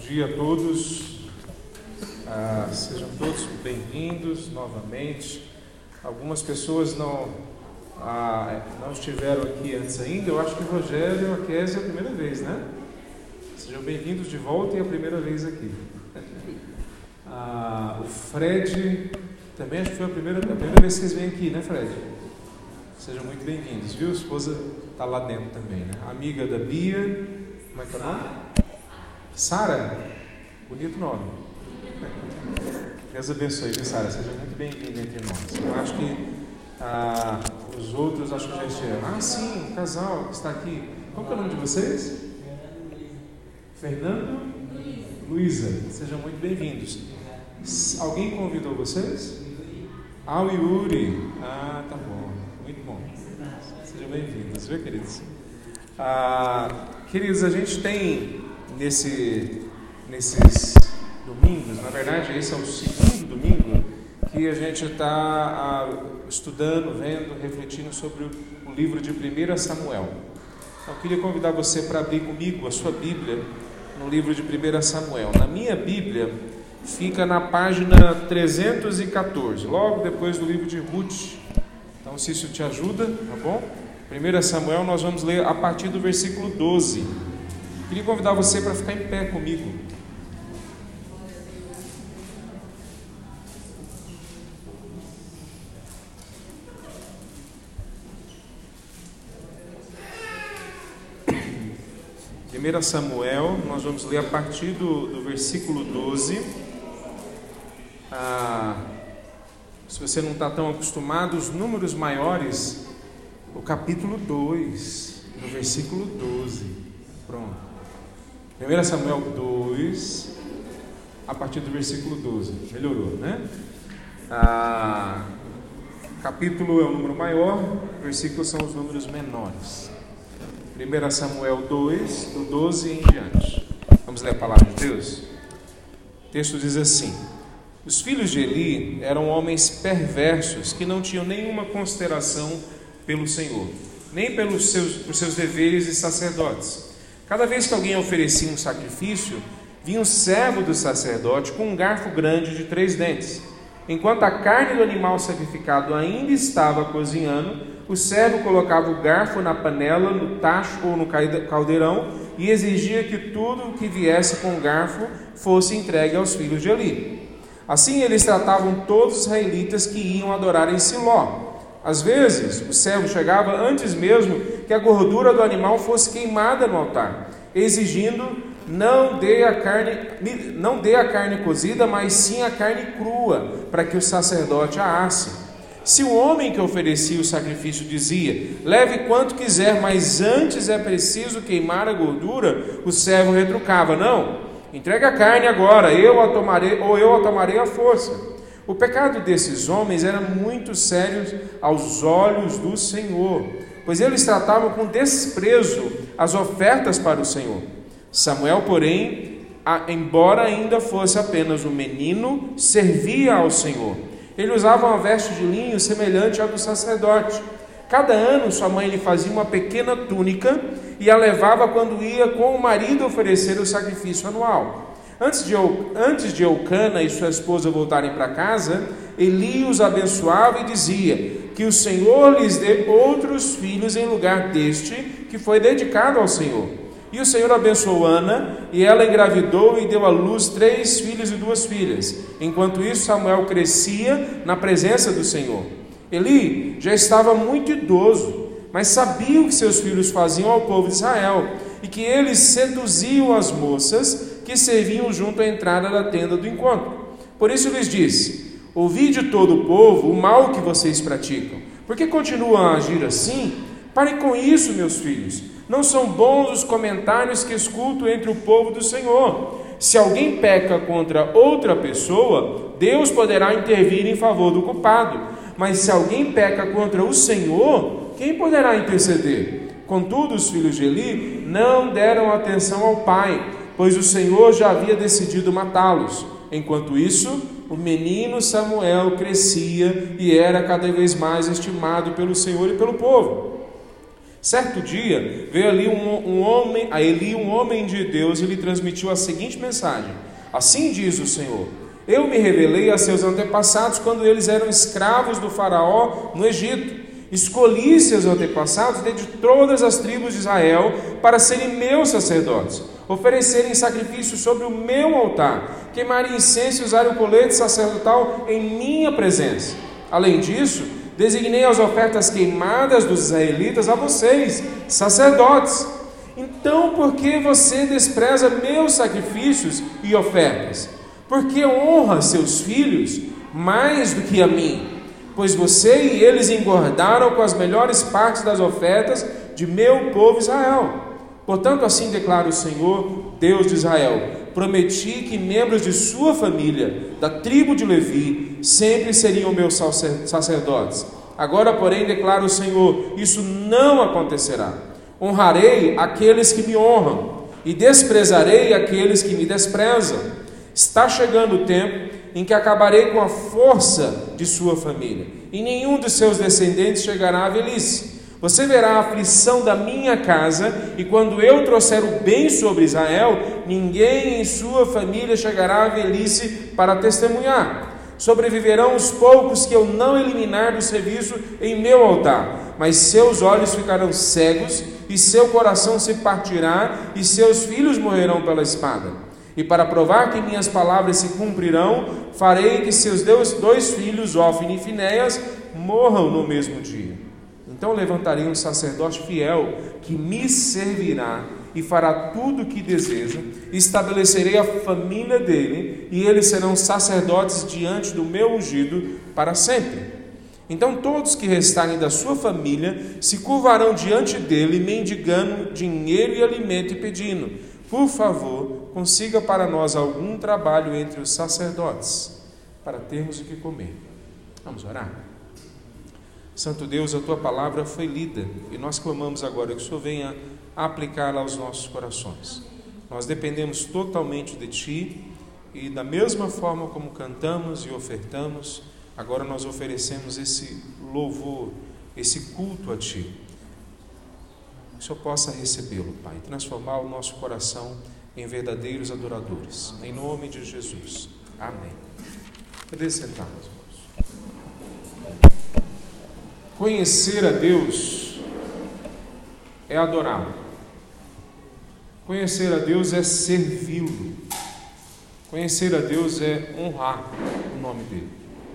dia a todos, sejam todos bem-vindos novamente. Algumas pessoas não estiveram aqui antes ainda. Eu acho que o Rogério e a Kézia é a primeira vez, né? Sejam bem-vindos de volta e a primeira vez aqui. O Fred também, acho que foi a primeira vez que vocês vêm aqui, né, Fred? Sejam muito bem-vindos, viu? A esposa está lá dentro também, né? Amiga da Bia, como é que é o nome? Sara, bonito nome. Deus abençoe, viu, Sara? Seja muito bem-vinda entre nós. Eu acho que os outros, acho que já estiveram. Sim, o casal que está aqui. Qual que é o nome de vocês? Fernando, Luísa. Sejam muito bem-vindos. Alguém convidou vocês? O Yuri. Tá bom. Muito bom. Sejam bem-vindos, viu, queridos? Queridos, a gente tem nesses domingos, na verdade, esse é o segundo domingo que a gente está estudando, vendo, refletindo sobre o livro de 1 Samuel. Então, eu queria convidar você para abrir comigo a sua Bíblia no livro de 1 Samuel. Na minha Bíblia, fica na página 314, logo depois do livro de Ruth. Então, se isso te ajuda, tá bom? 1 Samuel, nós vamos ler a partir do versículo 12. Queria convidar você para ficar em pé comigo. Primeira Samuel, nós vamos ler a partir do versículo 12. Se você não está tão acostumado, os números maiores, o capítulo 2, no versículo 12. Pronto. 1 Samuel 2, a partir do versículo 12. Melhorou, né? Capítulo é o número maior, versículos são os números menores. 1 Samuel 2, do 12 em diante. Vamos ler a palavra de Deus? O texto diz assim: os filhos de Eli eram homens perversos que não tinham nenhuma consideração pelo Senhor, nem por seus deveres de sacerdotes. Cada vez que alguém oferecia um sacrifício, vinha um servo do sacerdote com um garfo grande de 3 dentes. Enquanto a carne do animal sacrificado ainda estava cozinhando, o servo colocava o garfo na panela, no tacho ou no caldeirão e exigia que tudo que viesse com o garfo fosse entregue aos filhos de Eli. Assim eles tratavam todos os israelitas que iam adorar em Siló. Às vezes, o servo chegava antes mesmo que a gordura do animal fosse queimada no altar, exigindo: não dê a carne cozida, mas sim a carne crua, para que o sacerdote a asse. Se o homem que oferecia o sacrifício dizia: leve quanto quiser, mas antes é preciso queimar a gordura, o servo retrucava: não, entregue a carne agora, eu a tomarei à força. O pecado desses homens era muito sério aos olhos do Senhor, pois eles tratavam com desprezo as ofertas para o Senhor. Samuel, porém, embora ainda fosse apenas um menino, servia ao Senhor. Ele usava uma veste de linho semelhante à do sacerdote. Cada ano sua mãe lhe fazia uma pequena túnica e a levava quando ia com o marido oferecer o sacrifício anual. Antes de Eucana e sua esposa voltarem para casa, Eli os abençoava e dizia: que o Senhor lhes dê outros filhos em lugar deste que foi dedicado ao Senhor. E o Senhor abençoou Ana, e ela engravidou e deu à luz 3 filhos e 2 filhas. Enquanto isso, Samuel crescia na presença do Senhor. Eli já estava muito idoso, mas sabia o que seus filhos faziam ao povo de Israel, e que eles seduziam as moças que serviam junto à entrada da tenda do encontro. Por isso lhes disse: ouvi de todo o povo o mal que vocês praticam. Por que continuam a agir assim? Parem com isso, meus filhos. Não são bons os comentários que escuto entre o povo do Senhor. Se alguém peca contra outra pessoa, Deus poderá intervir em favor do culpado. Mas se alguém peca contra o Senhor, quem poderá interceder? Contudo, os filhos de Eli não deram atenção ao pai, pois o Senhor já havia decidido matá-los. Enquanto isso, o menino Samuel crescia e era cada vez mais estimado pelo Senhor e pelo povo. Certo dia, veio ali a Eli um homem de Deus, e lhe transmitiu a seguinte mensagem: assim diz o Senhor: eu me revelei a seus antepassados quando eles eram escravos do faraó no Egito. Escolhi seus antepassados dentre todas as tribos de Israel para serem meus sacerdotes, oferecerem sacrifícios sobre o meu altar, queimarem incenso e usarem o colete sacerdotal em minha presença. Além disso, designei as ofertas queimadas dos israelitas a vocês, sacerdotes. Então, por que você despreza meus sacrifícios e ofertas? Por que honra seus filhos mais do que a mim? Pois você e eles engordaram com as melhores partes das ofertas de meu povo Israel. Portanto, assim declara o Senhor, Deus de Israel: prometi que membros de sua família, da tribo de Levi, sempre seriam meus sacerdotes. Agora, porém, declara o Senhor: isso não acontecerá. Honrarei aqueles que me honram e desprezarei aqueles que me desprezam. Está chegando o tempo em que acabarei com a força de sua família, e nenhum de seus descendentes chegará à velhice. Você verá a aflição da minha casa, e quando eu trouxer o bem sobre Israel, ninguém em sua família chegará à velhice para testemunhar. Sobreviverão os poucos que eu não eliminar do serviço em meu altar, mas seus olhos ficarão cegos, e seu coração se partirá, e seus filhos morrerão pela espada. E para provar que minhas palavras se cumprirão, farei que seus dois filhos, Ófni e Finéias, morram no mesmo dia. Então levantarei um sacerdote fiel, que me servirá e fará tudo o que deseja. Estabelecerei a família dele, e eles serão sacerdotes diante do meu ungido para sempre. Então todos que restarem da sua família se curvarão diante dele, mendigando dinheiro e alimento e pedindo: por favor, consiga para nós algum trabalho entre os sacerdotes, para termos o que comer. Vamos orar? Santo Deus, a Tua palavra foi lida, e nós clamamos agora que o Senhor venha aplicá-la aos nossos corações. Nós dependemos totalmente de Ti, e da mesma forma como cantamos e ofertamos, agora nós oferecemos esse louvor, esse culto a Ti. Que o Senhor possa recebê-lo, Pai, transformar o nosso coração em verdadeiros adoradores. Em nome de Jesus. Amém. Poder sentar, meus irmãos. Conhecer a Deus é adorá-lo. Conhecer a Deus é servi-lo. Conhecer a Deus é honrar o nome dele.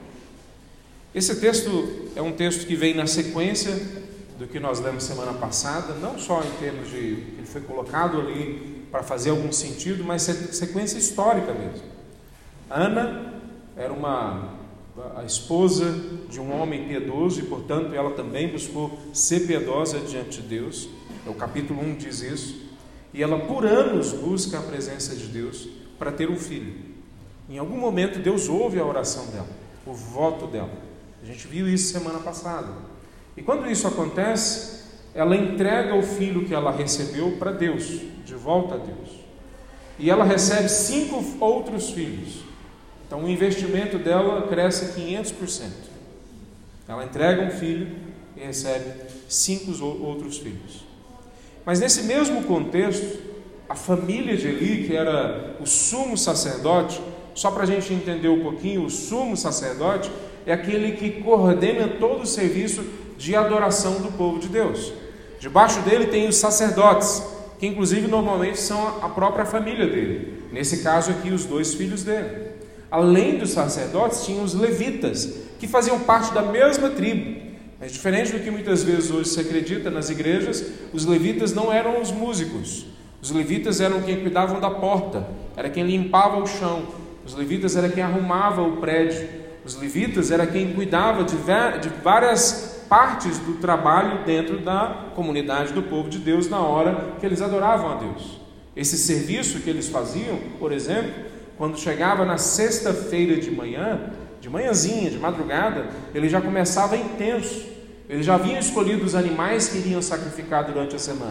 Esse texto é um texto que vem na sequência do que nós lemos semana passada, não só em termos de ele foi colocado ali para fazer algum sentido, mas sequência histórica mesmo. Ana era a esposa de um homem piedoso, e portanto ela também buscou ser piedosa diante de Deus. O capítulo 1 diz isso. E ela por anos busca a presença de Deus para ter um filho. Em algum momento Deus ouve a oração dela, o voto dela. A gente viu isso semana passada. E quando isso acontece, ela entrega o filho que ela recebeu para Deus, de volta a Deus. E ela recebe 5 outros filhos. Então o investimento dela cresce 500%. Ela entrega um filho e recebe 5 outros filhos. Mas nesse mesmo contexto, a família de Eli, que era o sumo sacerdote, só para a gente entender um pouquinho, o sumo sacerdote é aquele que coordena todo o serviço de adoração do povo de Deus. Debaixo dele tem os sacerdotes, que inclusive normalmente são a própria família dele. Nesse caso aqui, os 2 filhos dele. Além dos sacerdotes, tinham os levitas, que faziam parte da mesma tribo. Mas diferente do que muitas vezes hoje se acredita nas igrejas, os levitas não eram os músicos. Os levitas eram quem cuidavam da porta, era quem limpava o chão. Os levitas era quem arrumava o prédio. Os levitas era quem cuidava de várias partes do trabalho dentro da comunidade do povo de Deus na hora que eles adoravam a Deus. Esse serviço que eles faziam, por exemplo, quando chegava na sexta-feira de manhã, de manhãzinha, de madrugada, ele já começava intenso. Eles já haviam escolhido os animais que iriam sacrificar durante a semana.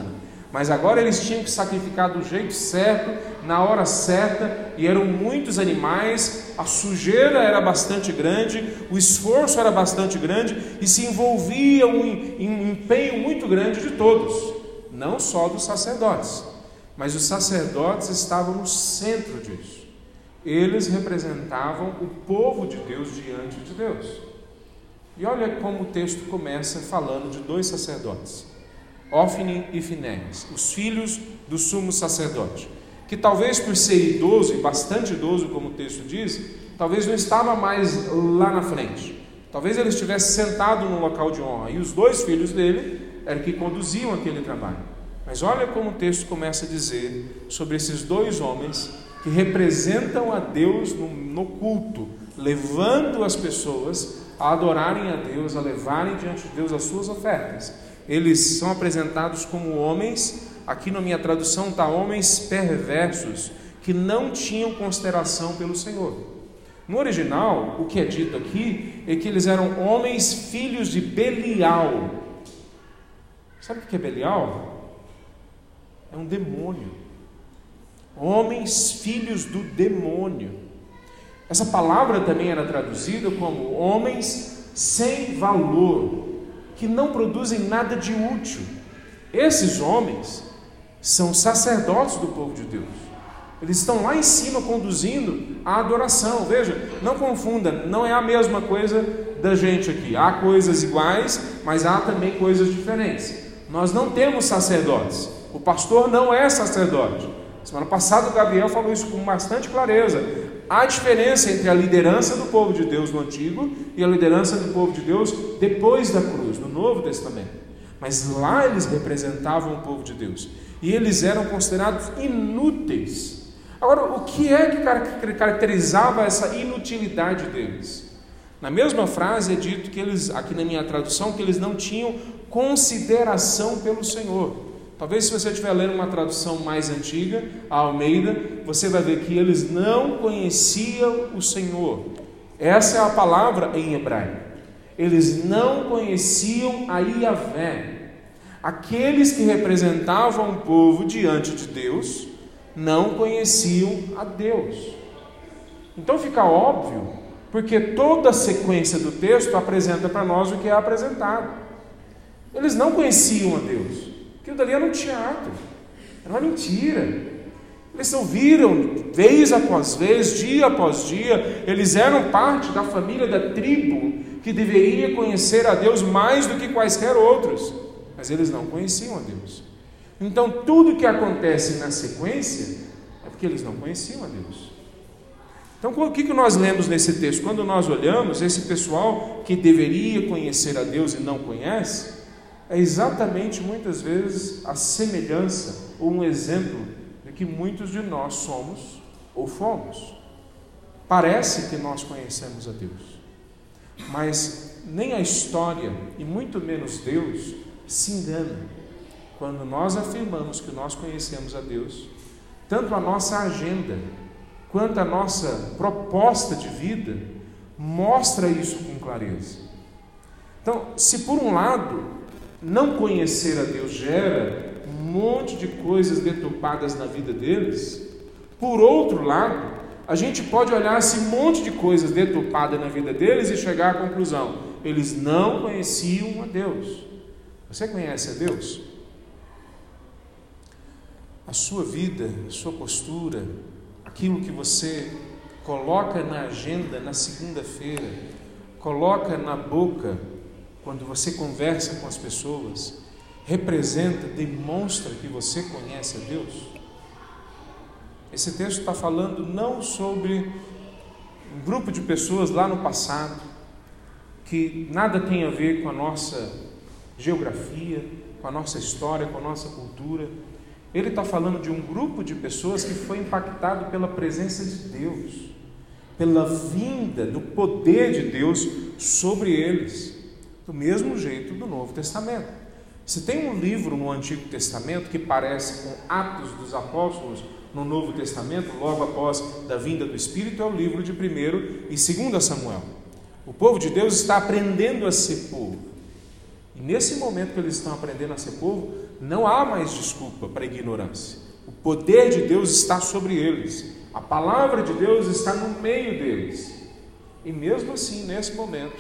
mas agora eles tinham que sacrificar do jeito certo, na hora certa, e eram muitos animais, a sujeira era bastante grande, o esforço era bastante grande, e se envolvia um empenho muito grande de todos, não só dos sacerdotes, mas os sacerdotes estavam no centro disso. Eles representavam o povo de Deus diante de Deus. E olha como o texto começa falando de dois sacerdotes, Ófni e Finéias, os filhos do sumo sacerdote, que talvez por ser idoso, e bastante idoso como o texto diz, talvez não estava mais lá na frente, talvez ele estivesse sentado no local de honra, e os dois filhos dele eram que conduziam aquele trabalho. Mas olha como o texto começa a dizer sobre esses dois homens que representam a Deus no culto, levando as pessoas a adorarem a Deus, a levarem diante de Deus as suas ofertas. Eles são apresentados como homens, aqui na minha tradução está homens perversos, que não tinham consideração pelo Senhor. No original, o que é dito aqui é que eles eram homens filhos de Belial. Sabe o que é Belial? É um demônio. Homens filhos do demônio. Essa palavra também era traduzida como homens sem valor, que não produzem nada de útil. Esses homens são sacerdotes do povo de Deus. Eles estão lá em cima conduzindo a adoração. Veja, não confunda, não é a mesma coisa da gente aqui. Há coisas iguais, mas há também coisas diferentes. Nós não temos sacerdotes. O pastor não é sacerdote. Semana passada o Gabriel falou isso com bastante clareza. Há diferença entre a liderança do povo de Deus no Antigo e a liderança do povo de Deus depois da cruz, no Novo Testamento. Mas lá eles representavam o povo de Deus e eles eram considerados inúteis. Agora, o que é que caracterizava essa inutilidade deles? Na mesma frase é dito que eles, aqui na minha tradução, que eles não tinham consideração pelo Senhor. Talvez se você estiver lendo uma tradução mais antiga, a Almeida, você vai ver que eles não conheciam o Senhor. Essa é a palavra em hebraico. Eles não conheciam a Iavé. Aqueles que representavam o povo diante de Deus não conheciam a Deus. Então fica óbvio, porque toda a sequência do texto apresenta para nós o que é apresentado. Eles não conheciam a Deus. Aquilo dali era um teatro, era uma mentira. Eles ouviram vez após vez, dia após dia. Eles eram parte da família, da tribo que deveria conhecer a Deus mais do que quaisquer outros, mas eles não conheciam a Deus. Então tudo que acontece na sequência é porque eles não conheciam a Deus. Então o que nós lemos nesse texto? Quando nós olhamos esse pessoal que deveria conhecer a Deus e não conhece, é exatamente muitas vezes a semelhança ou um exemplo de que muitos de nós somos ou fomos. Parece que nós conhecemos a Deus, mas nem a história e muito menos Deus se engana quando nós afirmamos que nós conhecemos a Deus. Tanto a nossa agenda quanto a nossa proposta de vida mostra isso com clareza. Então, se por um lado não conhecer a Deus gera um monte de coisas deturpadas na vida deles, por outro lado, a gente pode olhar esse monte de coisas deturpadas na vida deles e chegar à conclusão: eles não conheciam a Deus. Você conhece a Deus? A sua vida, a sua postura, aquilo que você coloca na agenda na segunda-feira, coloca na boca quando você conversa com as pessoas, representa, demonstra que você conhece a Deus? Esse texto está falando não sobre um grupo de pessoas lá no passado, que nada tem a ver com a nossa geografia, com a nossa história, com a nossa cultura. Ele está falando de um grupo de pessoas que foi impactado pela presença de Deus, pela vinda do poder de Deus sobre eles. Do mesmo jeito do Novo Testamento. Se tem um livro no Antigo Testamento que parece com Atos dos Apóstolos no Novo Testamento, logo após da vinda do Espírito, é o livro de 1 e 2 Samuel. O povo de Deus está aprendendo a ser povo. E nesse momento que eles estão aprendendo a ser povo, não há mais desculpa para a ignorância. O poder de Deus está sobre eles. A palavra de Deus está no meio deles. E mesmo assim, nesse momento,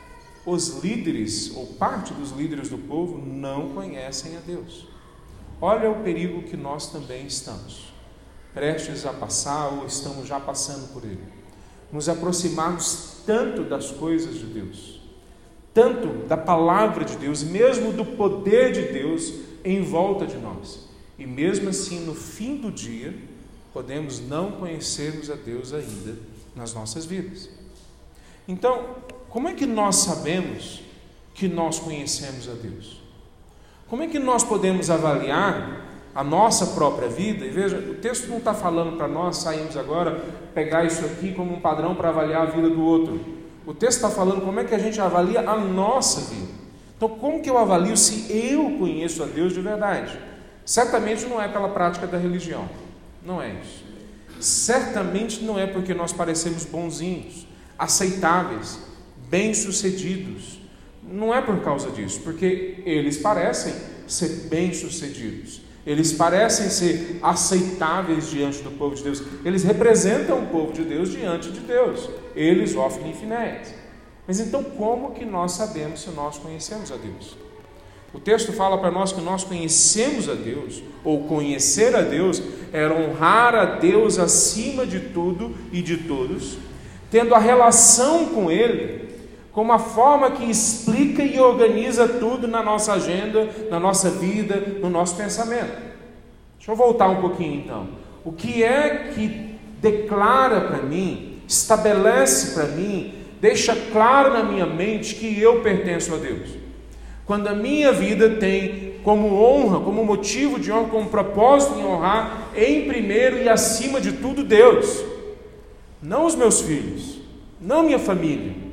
os líderes, ou parte dos líderes do povo, não conhecem a Deus. Olha o perigo que nós também estamos, prestes a passar ou estamos já passando por ele. Nos aproximarmos tanto das coisas de Deus, tanto da palavra de Deus, mesmo do poder de Deus em volta de nós. E mesmo assim, no fim do dia, podemos não conhecermos a Deus ainda nas nossas vidas. Então, como é que nós sabemos que nós conhecemos a Deus? Como é que nós podemos avaliar a nossa própria vida? E veja, o texto não está falando para nós sairmos agora, pegar isso aqui como um padrão para avaliar a vida do outro. O texto está falando como é que a gente avalia a nossa vida. Então, como que eu avalio se eu conheço a Deus de verdade? Certamente não é pela prática da religião. Não é isso. Certamente não é porque nós parecemos bonzinhos, aceitáveis, bem-sucedidos. Não é por causa disso, porque eles parecem ser bem-sucedidos. Eles parecem ser aceitáveis diante do povo de Deus. Eles representam o povo de Deus diante de Deus. Eles, Ofni e Finéias. Mas então, como que nós sabemos se nós conhecemos a Deus? O texto fala para nós que nós conhecemos a Deus, ou conhecer a Deus, é honrar a Deus acima de tudo e de todos, tendo a relação com Ele como uma forma que explica e organiza tudo na nossa agenda, na nossa vida, no nosso pensamento. Deixa eu voltar um pouquinho então. O que é que declara para mim, estabelece para mim, deixa claro na minha mente que eu pertenço a Deus? Quando a minha vida tem como honra, como motivo de honra, como propósito em honrar, em primeiro e acima de tudo, Deus. Não os meus filhos, não minha família,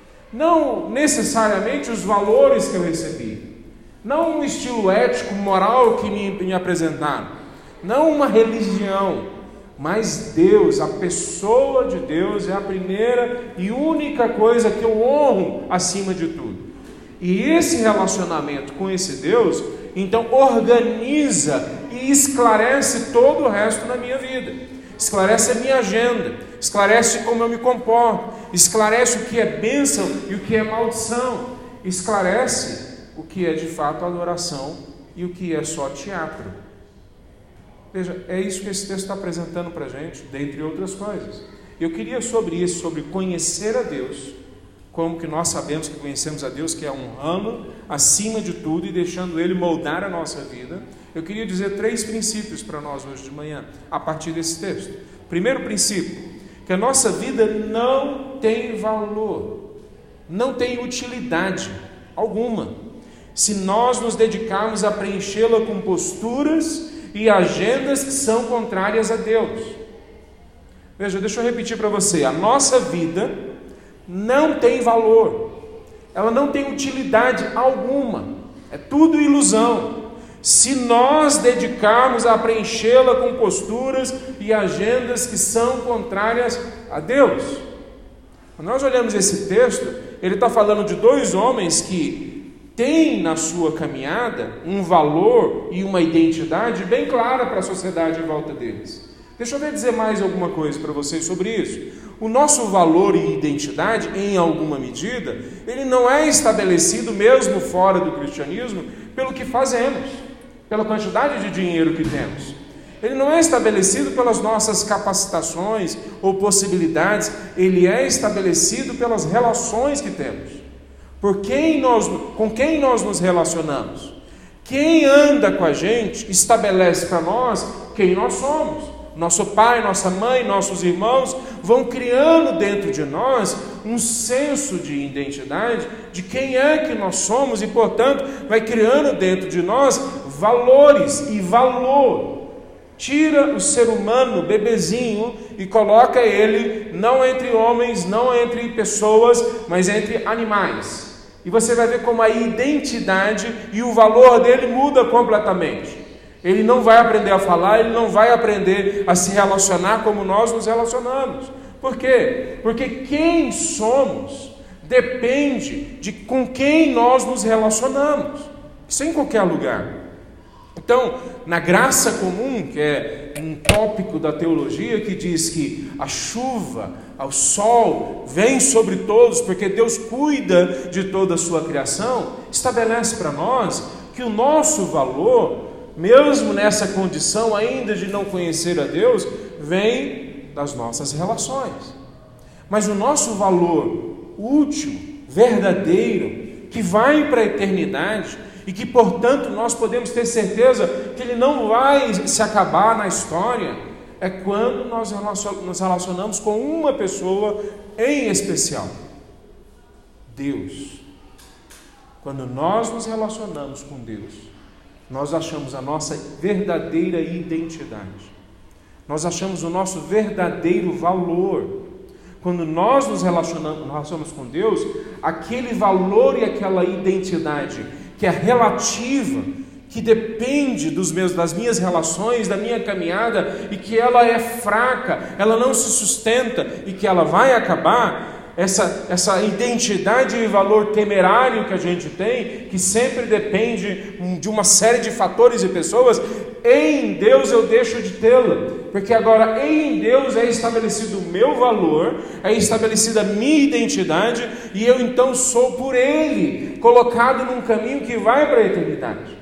não necessariamente os valores que eu recebi, não um estilo ético, moral que me apresentaram, não uma religião, mas Deus, a pessoa de Deus é a primeira e única coisa que eu honro acima de tudo. E esse relacionamento com esse Deus, então organiza e esclarece todo o resto da minha vida. Esclarece a minha agenda, esclarece como eu me comporto, esclarece o que é bênção e o que é maldição, esclarece o que é de fato adoração e o que é só teatro. Veja, é isso que esse texto está apresentando para a gente, dentre outras coisas. Eu queria sobre isso, sobre conhecer a Deus, como que nós sabemos que conhecemos a Deus, que é honrando acima de tudo e deixando Ele moldar a nossa vida. Eu queria dizer 3 princípios para nós hoje de manhã, a partir desse texto. Primeiro princípio, que a nossa vida não tem valor, não tem utilidade alguma, se nós nos dedicarmos a preenchê-la com posturas e agendas que são contrárias a Deus. Veja, deixa eu repetir para você, a nossa vida não tem valor, ela não tem utilidade alguma, é tudo ilusão, se nós dedicarmos a preenchê-la com posturas e agendas que são contrárias a Deus. Quando nós olhamos esse texto, ele está falando de 2 homens que têm na sua caminhada um valor e uma identidade bem clara para a sociedade em volta deles. Deixa eu dizer mais alguma coisa para vocês sobre isso. O nosso valor e identidade, em alguma medida, ele não é estabelecido mesmo fora do cristianismo pelo que fazemos, pela quantidade de dinheiro que temos. Ele não é estabelecido pelas nossas capacitações ou possibilidades, ele é estabelecido pelas relações que temos. Com quem nós nos relacionamos? Quem anda com a gente estabelece para nós quem nós somos. Nosso pai, nossa mãe, nossos irmãos vão criando dentro de nós um senso de identidade, de quem é que nós somos e, portanto, vai criando dentro de nós valores e valor. Tira o ser humano, bebezinho, e coloca ele não entre homens, não entre pessoas, mas entre animais. E você vai ver como a identidade e o valor dele muda completamente. Ele não vai aprender a falar, ele não vai aprender a se relacionar como nós nos relacionamos. Por quê? Porque quem somos depende de com quem nós nos relacionamos. Isso é em qualquer lugar. Então, na graça comum, que é um tópico da teologia que diz que a chuva, o sol vem sobre todos, porque Deus cuida de toda a sua criação, estabelece para nós que o nosso valor, mesmo nessa condição ainda de não conhecer a Deus, vem das nossas relações. Mas o nosso valor útil, verdadeiro, que vai para a eternidade, e que, portanto, nós podemos ter certeza que ele não vai se acabar na história, é quando nós nos relacionamos com uma pessoa em especial: Deus. Quando nós nos relacionamos com Deus, nós achamos a nossa verdadeira identidade, nós achamos o nosso verdadeiro valor. Quando nós nos relacionamos com Deus, aquele valor e aquela identidade que é relativa, que depende das minhas relações, da minha caminhada, e que ela é fraca, ela não se sustenta e que ela vai acabar, essa identidade e valor temerário que a gente tem, que sempre depende de uma série de fatores e pessoas, em Deus eu deixo de tê-la, porque agora em Deus é estabelecido o meu valor, é estabelecida a minha identidade, e eu então sou por Ele colocado num caminho que vai para a eternidade.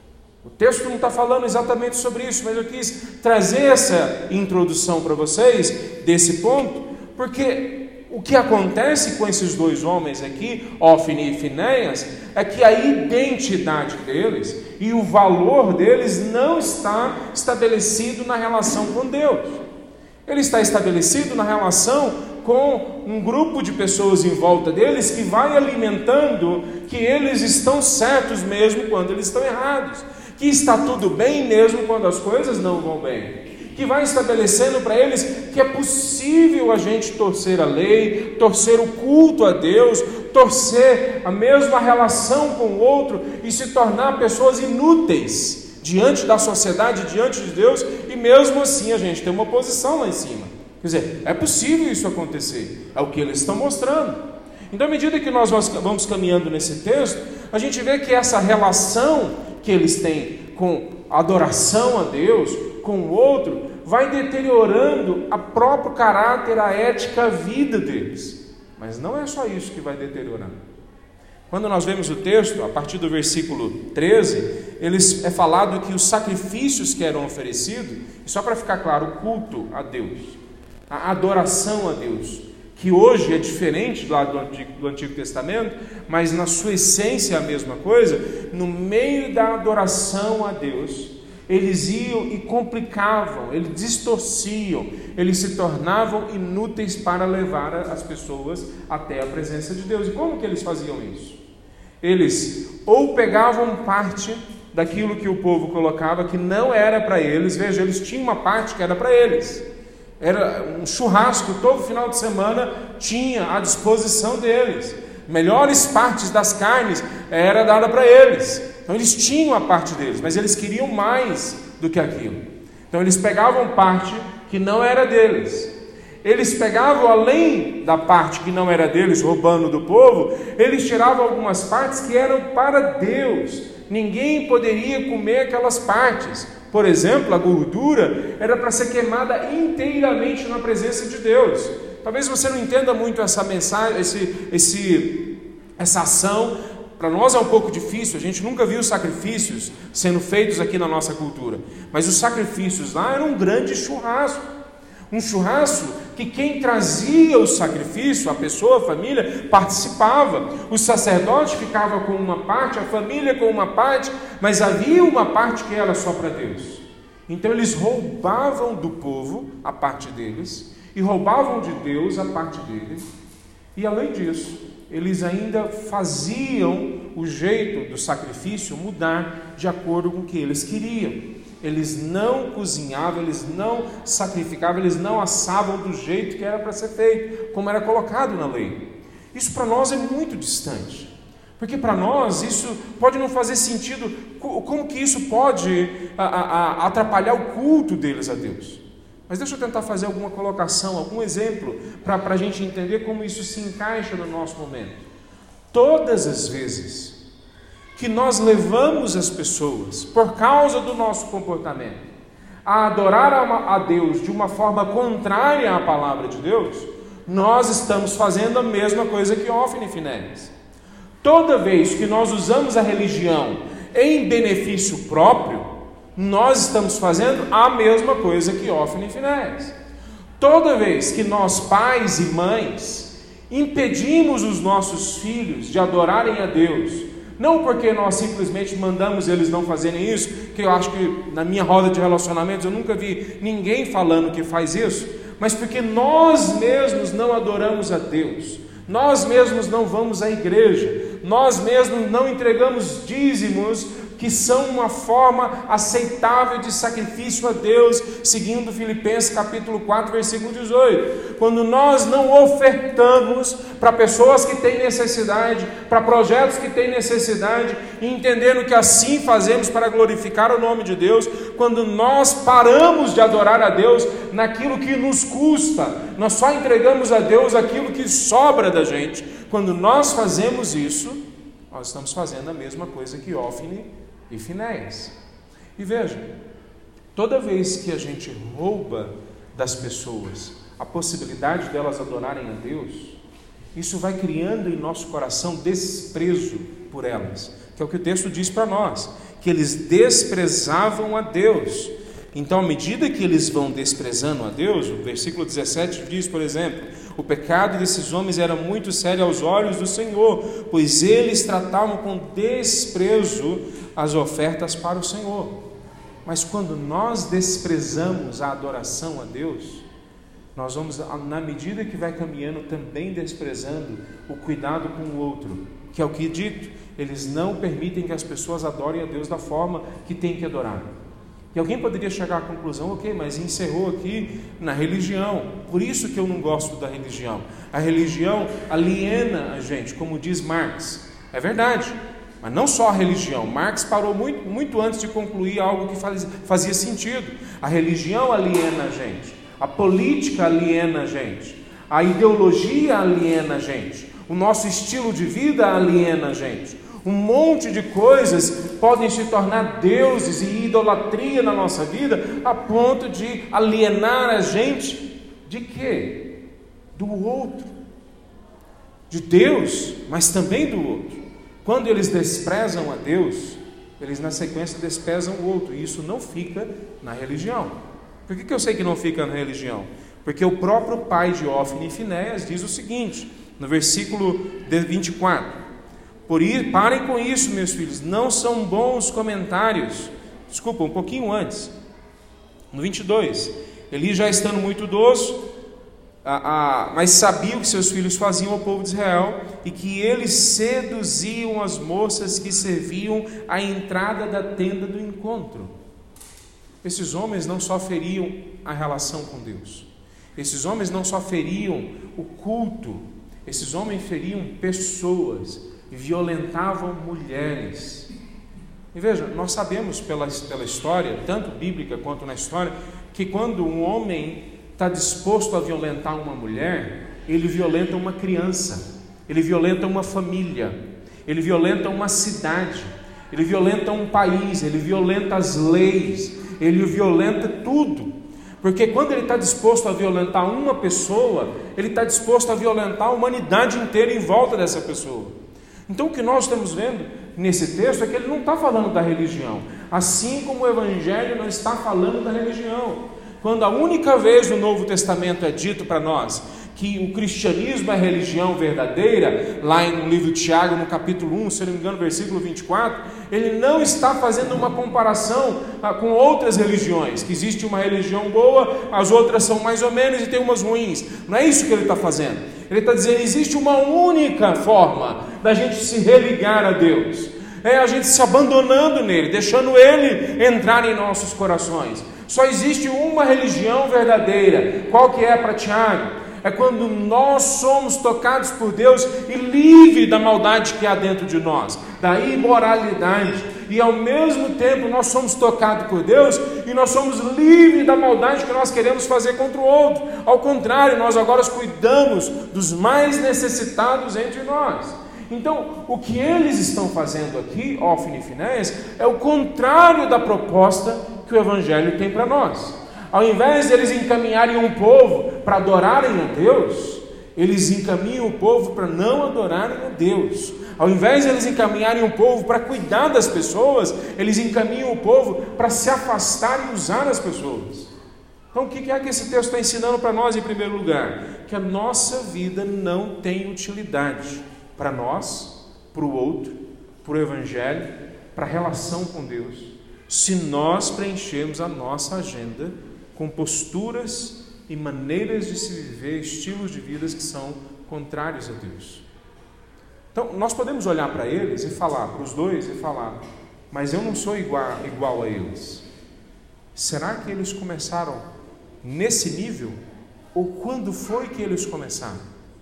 O texto não está falando exatamente sobre isso, mas eu quis trazer essa introdução para vocês desse ponto, porque o que acontece com esses dois homens aqui, Hófni e Finéias, é que a identidade deles e o valor deles não está estabelecido na relação com Deus. Ele está estabelecido na relação com um grupo de pessoas em volta deles que vai alimentando que eles estão certos mesmo quando eles estão errados, que está tudo bem mesmo quando as coisas não vão bem, que vai estabelecendo para eles que é possível a gente torcer a lei, torcer o culto a Deus, torcer a mesma relação com o outro e se tornar pessoas inúteis diante da sociedade, diante de Deus, e mesmo assim a gente tem uma posição lá em cima. Quer dizer, é possível isso acontecer, é o que eles estão mostrando. Então, à medida que nós vamos caminhando nesse texto, a gente vê que essa relação que eles têm com adoração a Deus, com o outro, vai deteriorando o próprio caráter, a ética, a vida deles. Mas não é só isso que vai deteriorando. Quando nós vemos o texto, a partir do versículo 13, é falado que os sacrifícios que eram oferecidos, e só para ficar claro, o culto a Deus, a adoração a Deus, que hoje é diferente lá do Antigo Testamento, mas na sua essência é a mesma coisa. No meio da adoração a Deus, eles iam e complicavam, eles distorciam, eles se tornavam inúteis para levar as pessoas até a presença de Deus. E como que eles faziam isso? Eles ou pegavam parte daquilo que o povo colocava que não era para eles. Veja, eles tinham uma parte que era para eles, era um churrasco, todo final de semana tinha à disposição deles, melhores partes das carnes era dada para eles. Então eles tinham a parte deles, mas eles queriam mais do que aquilo. Então eles pegavam parte que não era deles. Eles pegavam, além da parte que não era deles, roubando do povo, eles tiravam algumas partes que eram para Deus. Ninguém poderia comer aquelas partes. Por exemplo, a gordura era para ser queimada inteiramente na presença de Deus. Talvez você não entenda muito essa mensagem, essa ação. Para nós é um pouco difícil, a gente nunca viu sacrifícios sendo feitos aqui na nossa cultura, mas os sacrifícios lá eram um grande churrasco, um churrasco que quem trazia o sacrifício, a pessoa, a família, participava. O sacerdote ficava com uma parte, a família com uma parte, mas havia uma parte que era só para Deus. Então eles roubavam do povo a parte deles, e roubavam de Deus a parte deles, e além disso, eles ainda faziam o jeito do sacrifício mudar de acordo com o que eles queriam. Eles não cozinhavam, eles não sacrificavam, eles não assavam do jeito que era para ser feito, como era colocado na lei. Isso para nós é muito distante, porque para nós isso pode não fazer sentido. Como que isso pode atrapalhar o culto deles a Deus? Mas deixa eu tentar fazer alguma colocação, algum exemplo, para a gente entender como isso se encaixa no nosso momento. Todas as vezes que nós levamos as pessoas, por causa do nosso comportamento, a adorar a Deus de uma forma contrária à palavra de Deus, nós estamos fazendo a mesma coisa que Hófni e Finéias. Toda vez que nós usamos a religião em benefício próprio, nós estamos fazendo a mesma coisa que Hófni e Finéias. Toda vez que nós, pais e mães, impedimos os nossos filhos de adorarem a Deus, não porque nós simplesmente mandamos eles não fazerem isso, que eu acho que na minha roda de relacionamentos eu nunca vi ninguém falando que faz isso, mas porque nós mesmos não adoramos a Deus, nós mesmos não vamos à igreja, nós mesmos não entregamos dízimos, que são uma forma aceitável de sacrifício a Deus, seguindo Filipenses capítulo 4, versículo 18. Quando nós não ofertamos para pessoas que têm necessidade, para projetos que têm necessidade, e entendendo que assim fazemos para glorificar o nome de Deus, quando nós paramos de adorar a Deus naquilo que nos custa, nós só entregamos a Deus aquilo que sobra da gente. Quando nós fazemos isso, nós estamos fazendo a mesma coisa que Hófni e Finéias. E veja, toda vez que a gente rouba das pessoas a possibilidade delas adorarem a Deus, isso vai criando em nosso coração desprezo por elas, que é o que o texto diz para nós, que eles desprezavam a Deus. Então, à medida que eles vão desprezando a Deus, o versículo 17 diz, por exemplo: o pecado desses homens era muito sério aos olhos do Senhor, pois eles tratavam com desprezo as ofertas para o Senhor. Mas quando nós desprezamos a adoração a Deus, nós vamos, na medida que vai caminhando, também desprezando o cuidado com o outro, que é o que é dito, eles não permitem que as pessoas adorem a Deus da forma que tem que adorar. E alguém poderia chegar à conclusão: ok, mas encerrou aqui na religião, por isso que eu não gosto da religião. A religião aliena a gente, como diz Marx. É verdade, mas não só a religião. Marx parou muito antes de concluir algo que fazia sentido. A religião aliena a gente, a política aliena a gente, a ideologia aliena a gente, o nosso estilo de vida aliena a gente. Um monte de coisas podem se tornar deuses e idolatria na nossa vida, a ponto de alienar a gente de quê? Do outro, de Deus, mas também do outro. Quando eles desprezam a Deus, eles na sequência desprezam o outro, e isso não fica na religião. Por que eu sei que não fica na religião? Porque o próprio pai de Hófni e Finéias diz o seguinte, no versículo 24: parem com isso, meus filhos, não são bons comentários. Desculpa, um pouquinho antes, no 22, Eli, já estando muito idoso, mas sabia o que seus filhos faziam ao povo de Israel, e que eles seduziam as moças que serviam à entrada da tenda do encontro. Esses homens não só feriam a relação com Deus, esses homens não só feriam o culto, esses homens feriam pessoas, violentavam mulheres. E veja, nós sabemos pela história, tanto bíblica quanto na história, que quando um homem está disposto a violentar uma mulher, ele violenta uma criança, ele violenta uma família, ele violenta uma cidade, ele violenta um país, ele violenta as leis, ele violenta tudo. Porque quando ele está disposto a violentar uma pessoa, ele está disposto a violentar a humanidade inteira em volta dessa pessoa. Então o que nós estamos vendo nesse texto é que ele não está falando da religião, assim como o Evangelho não está falando da religião. Quando a única vez no Novo Testamento é dito para nós que o cristianismo é religião verdadeira, lá no livro de Tiago, no capítulo 1, se não me engano, versículo 24, ele não está fazendo uma comparação com outras religiões, que existe uma religião boa, as outras são mais ou menos e tem umas ruins. Não é isso que ele está fazendo. Ele está dizendo: existe uma única forma da gente se religar a Deus, é a gente se abandonando nele, deixando ele entrar em nossos corações. Só existe uma religião verdadeira. Qual que é para Tiago? É quando nós somos tocados por Deus e livre da maldade que há dentro de nós, da imoralidade. e ao mesmo tempo nós somos tocados por Deus e nós somos livres da maldade que nós queremos fazer contra o outro. Ao contrário, nós agora cuidamos dos mais necessitados entre nós. Então, o que eles estão fazendo aqui, Ófine e Finéias, é o contrário da proposta que o Evangelho tem para nós. Ao invés de eles encaminharem um povo para adorarem a Deus, eles encaminham o povo para não adorarem a Deus. Ao invés de eles encaminharem o povo para cuidar das pessoas, eles encaminham o povo para se afastar e usar as pessoas. Então, o que é que esse texto está ensinando para nós em primeiro lugar? Que a nossa vida não tem utilidade para nós, para o outro, para o Evangelho, para a relação com Deus, se nós preenchermos a nossa agenda com posturas e maneiras de se viver, estilos de vidas que são contrários a Deus. Então, nós podemos olhar para eles e falar, para os dois, e falar, mas eu não sou igual a eles. Será que eles começaram nesse nível? Ou quando foi que eles começaram?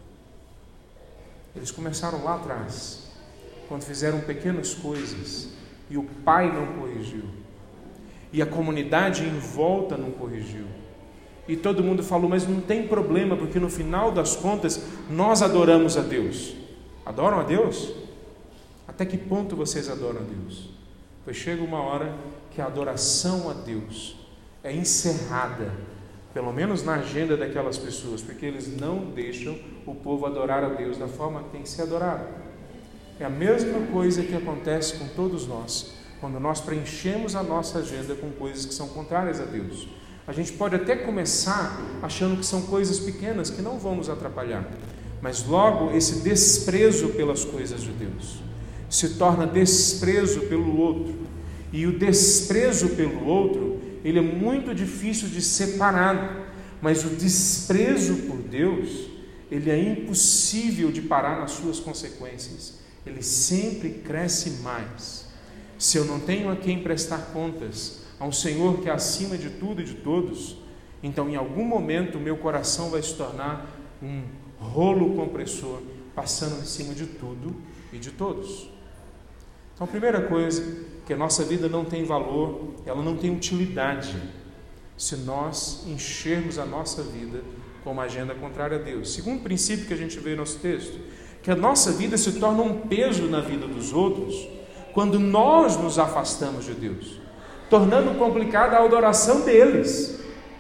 Eles começaram lá atrás, quando fizeram pequenas coisas, e o pai não corrigiu, e a comunidade em volta não corrigiu, e todo mundo falou, mas não tem problema, porque no final das contas, nós adoramos a Deus. Adoram a Deus? Até que ponto vocês adoram a Deus? Pois chega uma hora que a adoração a Deus é encerrada, pelo menos na agenda daquelas pessoas, porque eles não deixam o povo adorar a Deus da forma que tem que ser adorado. É a mesma coisa que acontece com todos nós, quando nós preenchemos a nossa agenda com coisas que são contrárias a Deus. A gente pode até começar achando que são coisas pequenas que não vão nos atrapalhar, mas logo esse desprezo pelas coisas de Deus se torna desprezo pelo outro, e o desprezo pelo outro, ele é muito difícil de separar, mas o desprezo por Deus, ele é impossível de parar nas suas consequências, ele sempre cresce mais. Se eu não tenho a quem prestar contas, a um Senhor que é acima de tudo e de todos, então em algum momento o meu coração vai se tornar um rolo compressor, passando em cima de tudo e de todos. Então a primeira coisa, que a nossa vida não tem valor, ela não tem utilidade, se nós enchermos a nossa vida com uma agenda contrária a Deus. Segundo princípio que a gente vê no nosso texto, que a nossa vida se torna um peso na vida dos outros, quando nós nos afastamos de Deus, tornando complicada a adoração deles.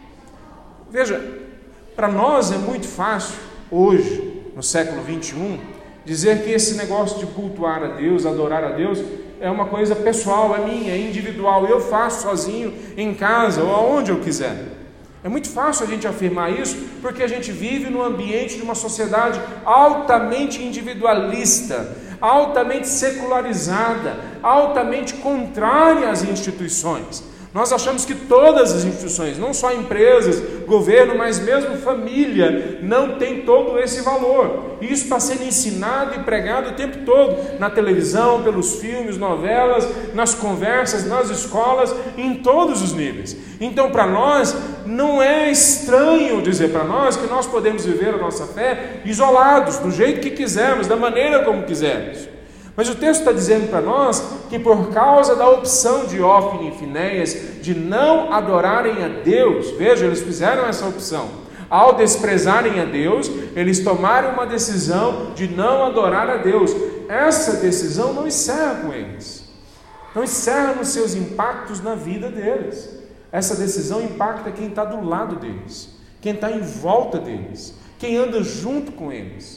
Veja, para nós é muito fácil, hoje, no século 21, dizer que esse negócio de cultuar a Deus, adorar a Deus, é uma coisa pessoal, é minha, é individual, eu faço sozinho, em casa, ou aonde eu quiser. É muito fácil a gente afirmar isso, porque a gente vive no ambiente de uma sociedade altamente individualista, altamente secularizada, altamente contrária às instituições. Nós achamos que todas as instituições, não só empresas, governo, mas mesmo família, não tem todo esse valor. E isso está sendo ensinado e pregado o tempo todo, na televisão, pelos filmes, novelas, nas conversas, nas escolas, em todos os níveis. Então, para nós, não é estranho dizer para nós que nós podemos viver a nossa fé isolados, do jeito que quisermos, da maneira como quisermos. Mas o texto está dizendo para nós que por causa da opção de Ófine e Finéias de não adorarem a Deus, veja, eles fizeram essa opção. Ao desprezarem a Deus, eles tomaram uma decisão de não adorar a Deus. Essa decisão não encerra com eles, não encerra nos seus impactos na vida deles. Essa decisão impacta quem está do lado deles, quem está em volta deles, quem anda junto com eles.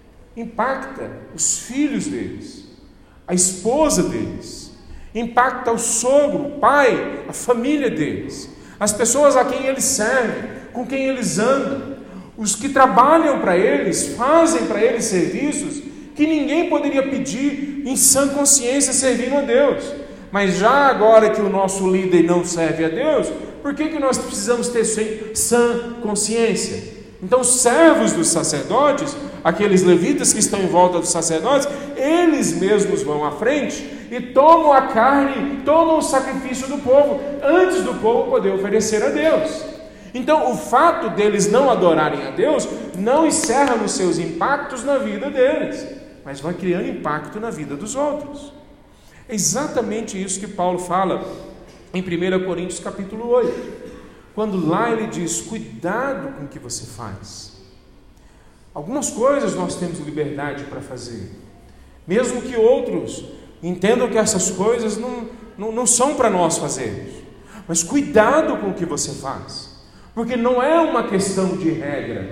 Impacta os filhos deles, a esposa deles, impacta o sogro, o pai, a família deles, as pessoas a quem eles servem, com quem eles andam, os que trabalham para eles, fazem para eles serviços que ninguém poderia pedir em sã consciência servindo a Deus. Mas já agora que o nosso líder não serve a Deus, por que nós precisamos ter sã consciência? Então os servos dos sacerdotes, aqueles levitas que estão em volta dos sacerdotes, eles mesmos vão à frente e tomam a carne, tomam o sacrifício do povo, antes do povo poder oferecer a Deus. Então o fato deles não adorarem a Deus, não encerra nos seus impactos na vida deles, mas vai criando impacto na vida dos outros. É exatamente isso que Paulo fala em 1 Coríntios capítulo 8, quando lá ele diz: cuidado com o que você faz. Algumas coisas nós temos liberdade para fazer, mesmo que outros entendam que essas coisas não são para nós fazermos. Mas cuidado com o que você faz, porque não é uma questão de regra,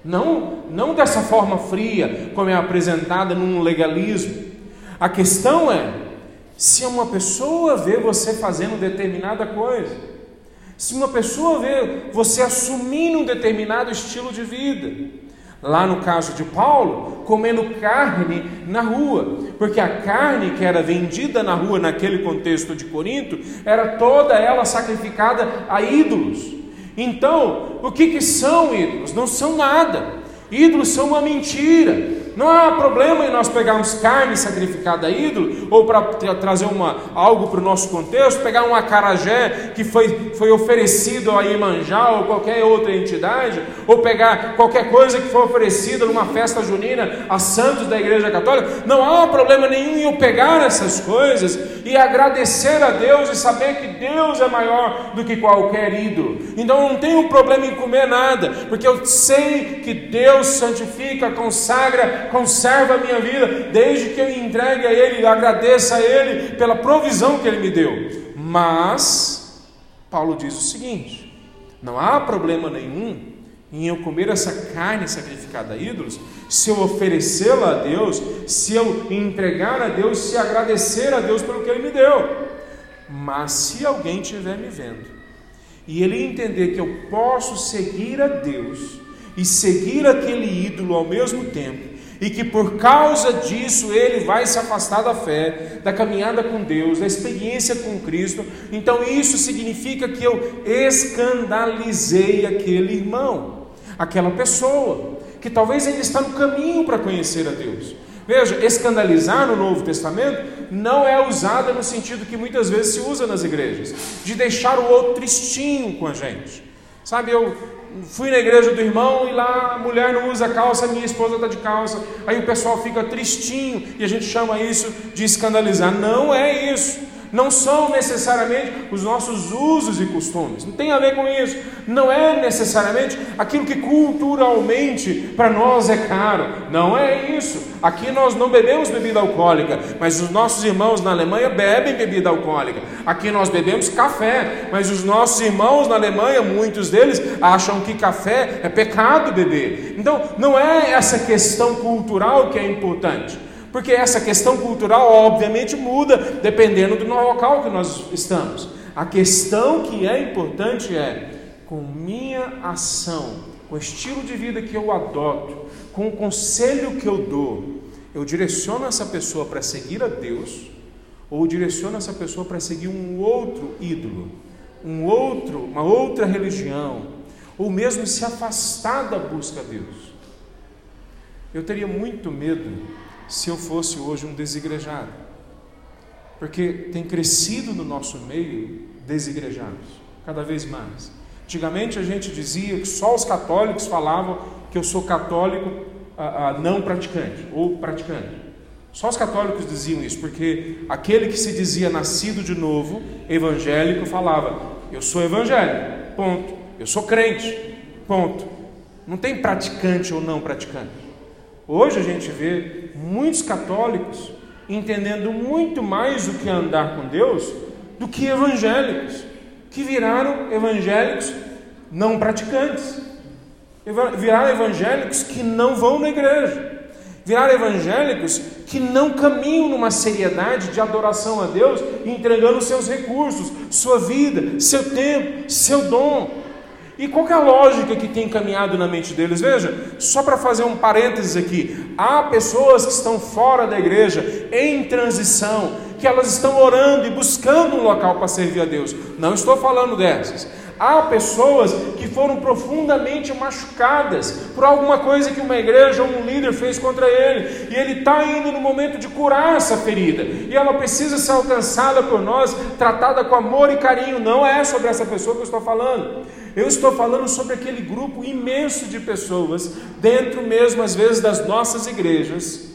não dessa forma fria como é apresentada num legalismo. A questão é, se uma pessoa vê você fazendo determinada coisa, se uma pessoa vê você assumindo um determinado estilo de vida, lá no caso de Paulo, comendo carne na rua, porque a carne que era vendida na rua naquele contexto de Corinto, era toda ela sacrificada a ídolos. Então, o que são ídolos? Não são nada. Ídolos são uma mentira. Não há problema em nós pegarmos carne sacrificada a ídolo, ou para trazer algo para o nosso contexto, pegar um acarajé que foi oferecido a Iemanjá ou qualquer outra entidade, ou pegar qualquer coisa que foi oferecida numa festa junina a santos da Igreja Católica. Não há problema nenhum em eu pegar essas coisas e agradecer a Deus e saber que Deus é maior do que qualquer ídolo. Então eu não tenho problema em comer nada, porque eu sei que Deus santifica, conserva a minha vida, desde que eu entregue a Ele, agradeça a Ele pela provisão que Ele me deu. Mas Paulo diz o seguinte: não há problema nenhum em eu comer essa carne sacrificada a ídolos, se eu oferecê-la a Deus, se eu entregar a Deus, se agradecer a Deus pelo que Ele me deu. Mas se alguém estiver me vendo e ele entender que eu posso seguir a Deus e seguir aquele ídolo ao mesmo tempo, e que por causa disso ele vai se afastar da fé, da caminhada com Deus, da experiência com Cristo, então isso significa que eu escandalizei aquele irmão, aquela pessoa, que talvez ainda está no caminho para conhecer a Deus. Veja, escandalizar no Novo Testamento não é usada no sentido que muitas vezes se usa nas igrejas, de deixar o outro tristinho com a gente. Sabe, eu fui na igreja do irmão e lá a mulher não usa calça, minha esposa está de calça, aí o pessoal fica tristinho e a gente chama isso de escandalizar. Não é isso. Não são necessariamente os nossos usos e costumes, não tem a ver com isso. Não é necessariamente aquilo que culturalmente para nós é caro. Não é isso. Aqui nós não bebemos bebida alcoólica, mas os nossos irmãos na Alemanha bebem bebida alcoólica. Aqui nós bebemos café, mas os nossos irmãos na Alemanha, muitos deles acham que café é pecado beber. Então não é essa questão cultural que é importante, porque essa questão cultural obviamente muda dependendo do local que nós estamos. A questão que é importante é, com minha ação, com o estilo de vida que eu adoto, com o conselho que eu dou, eu direciono essa pessoa para seguir a Deus, ou direciono essa pessoa para seguir um outro ídolo, uma outra religião, ou mesmo se afastar da busca a Deus. Eu teria muito medo se eu fosse hoje um desigrejado, porque tem crescido no nosso meio desigrejados, cada vez mais. Antigamente a gente dizia que só os católicos falavam que eu sou católico não praticante, ou praticante. Só os católicos diziam isso, porque aquele que se dizia nascido de novo, evangélico, falava: eu sou evangélico, ponto. Eu sou crente, ponto. Não tem praticante ou não praticante. Hoje a gente vê muitos católicos entendendo muito mais o que é andar com Deus do que evangélicos, que viraram evangélicos não praticantes, viraram evangélicos que não vão na igreja, viraram evangélicos que não caminham numa seriedade de adoração a Deus, entregando seus recursos, sua vida, seu tempo, seu dom. E qual que é a lógica que tem caminhado na mente deles? Veja, só para fazer um parênteses aqui, há pessoas que estão fora da igreja, em transição, que elas estão orando e buscando um local para servir a Deus. Não estou falando dessas. Há pessoas que foram profundamente machucadas por alguma coisa que uma igreja ou um líder fez contra ele, e ele está indo no momento de curar essa ferida, e ela precisa ser alcançada por nós, tratada com amor e carinho. Não é sobre essa pessoa que eu estou falando. Eu estou falando sobre aquele grupo imenso de pessoas, dentro mesmo às vezes das nossas igrejas,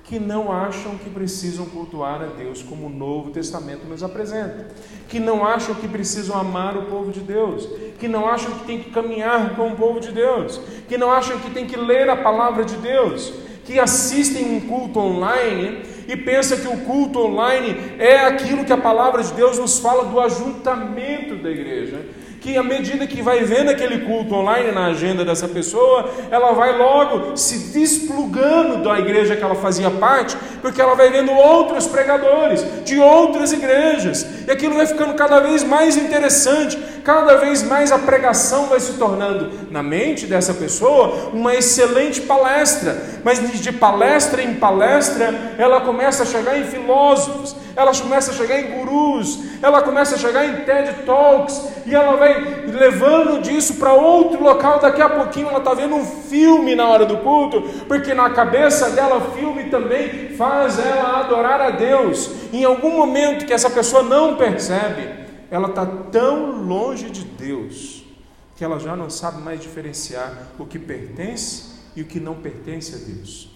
que não acham que precisam cultuar a Deus como o Novo Testamento nos apresenta, que não acham que precisam amar o povo de Deus, que não acham que tem que caminhar com o povo de Deus, que não acham que tem que ler a palavra de Deus, que assistem um culto online e pensam que o culto online é aquilo que a palavra de Deus nos fala do ajuntamento da igreja, que à medida que vai vendo aquele culto online na agenda dessa pessoa, ela vai logo se desplugando da igreja que ela fazia parte, porque ela vai vendo outros pregadores de outras igrejas, e aquilo vai ficando cada vez mais interessante, cada vez mais a pregação vai se tornando, na mente dessa pessoa, uma excelente palestra, mas de palestra em palestra, ela começa a chegar em filósofos, ela começa a chegar em gurus, ela começa a chegar em TED Talks, e ela vai levando disso para outro local. Daqui a pouquinho ela está vendo um filme na hora do culto, porque na cabeça dela o filme também faz ela adorar a Deus. Em algum momento que essa pessoa não percebe, ela está tão longe de Deus, que ela já não sabe mais diferenciar o que pertence e o que não pertence a Deus.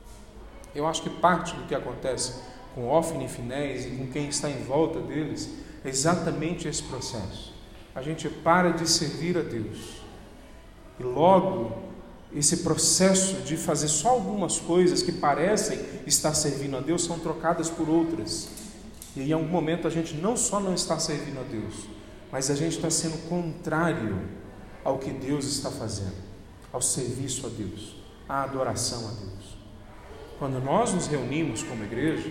Eu acho que parte do que acontece com Hófni e Finéias e com quem está em volta deles é exatamente esse processo. A gente para de servir a Deus e logo esse processo de fazer só algumas coisas que parecem estar servindo a Deus são trocadas por outras, e em algum momento a gente não só não está servindo a Deus, mas a gente está sendo contrário ao que Deus está fazendo, ao serviço a Deus, à adoração a Deus. Quando nós nos reunimos como igreja,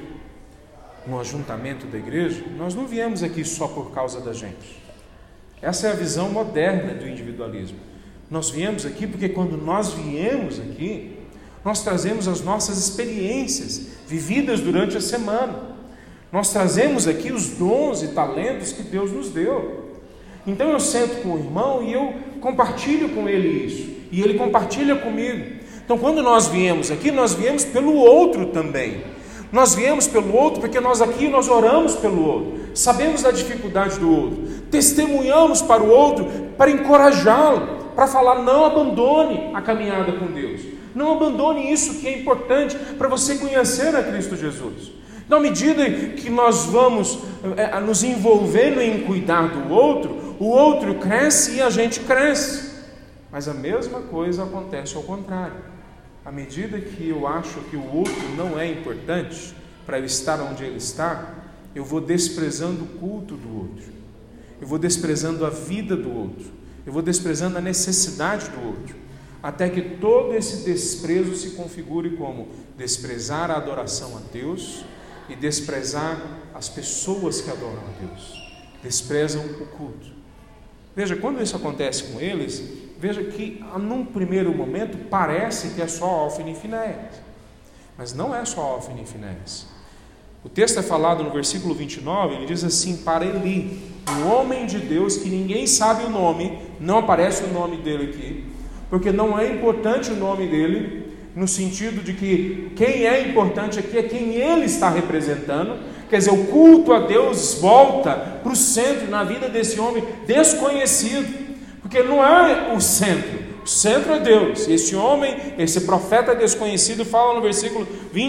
no ajuntamento da igreja, nós não viemos aqui só por causa da gente. Essa é a visão moderna do individualismo. Nós viemos aqui porque quando nós viemos aqui, nós trazemos as nossas experiências vividas durante a semana. Nós trazemos aqui os dons e talentos que Deus nos deu. Então eu sento com o irmão e eu compartilho com ele isso, e ele compartilha comigo. Então quando nós viemos aqui, nós viemos pelo outro também. Nós viemos pelo outro porque nós oramos pelo outro, sabemos da dificuldade do outro, testemunhamos para o outro, para encorajá-lo, para falar: não abandone a caminhada com Deus, não abandone isso que é importante para você conhecer a Cristo Jesus. Então, à medida que nós vamos nos envolvendo em cuidar do outro, o outro cresce e a gente cresce. Mas a mesma coisa acontece ao contrário. À medida que eu acho que o outro não é importante para eu estar onde ele está, eu vou desprezando o culto do outro, eu vou desprezando a vida do outro, eu vou desprezando a necessidade do outro, até que todo esse desprezo se configure como desprezar a adoração a Deus e desprezar as pessoas que adoram a Deus, desprezam o culto. Veja, quando isso acontece com eles, veja que num primeiro momento parece que é só Hófni e Finéias, mas não é só Hófni e Finéias. O texto é falado no versículo 29, ele diz assim: para Eli, um homem de Deus que ninguém sabe o nome, não aparece o nome dele aqui, porque não é importante o nome dele, no sentido de que quem é importante aqui é quem ele está representando. Quer dizer, o culto a Deus volta para o centro na vida desse homem desconhecido, porque não é o centro é Deus. Esse homem, esse profeta desconhecido, fala no versículo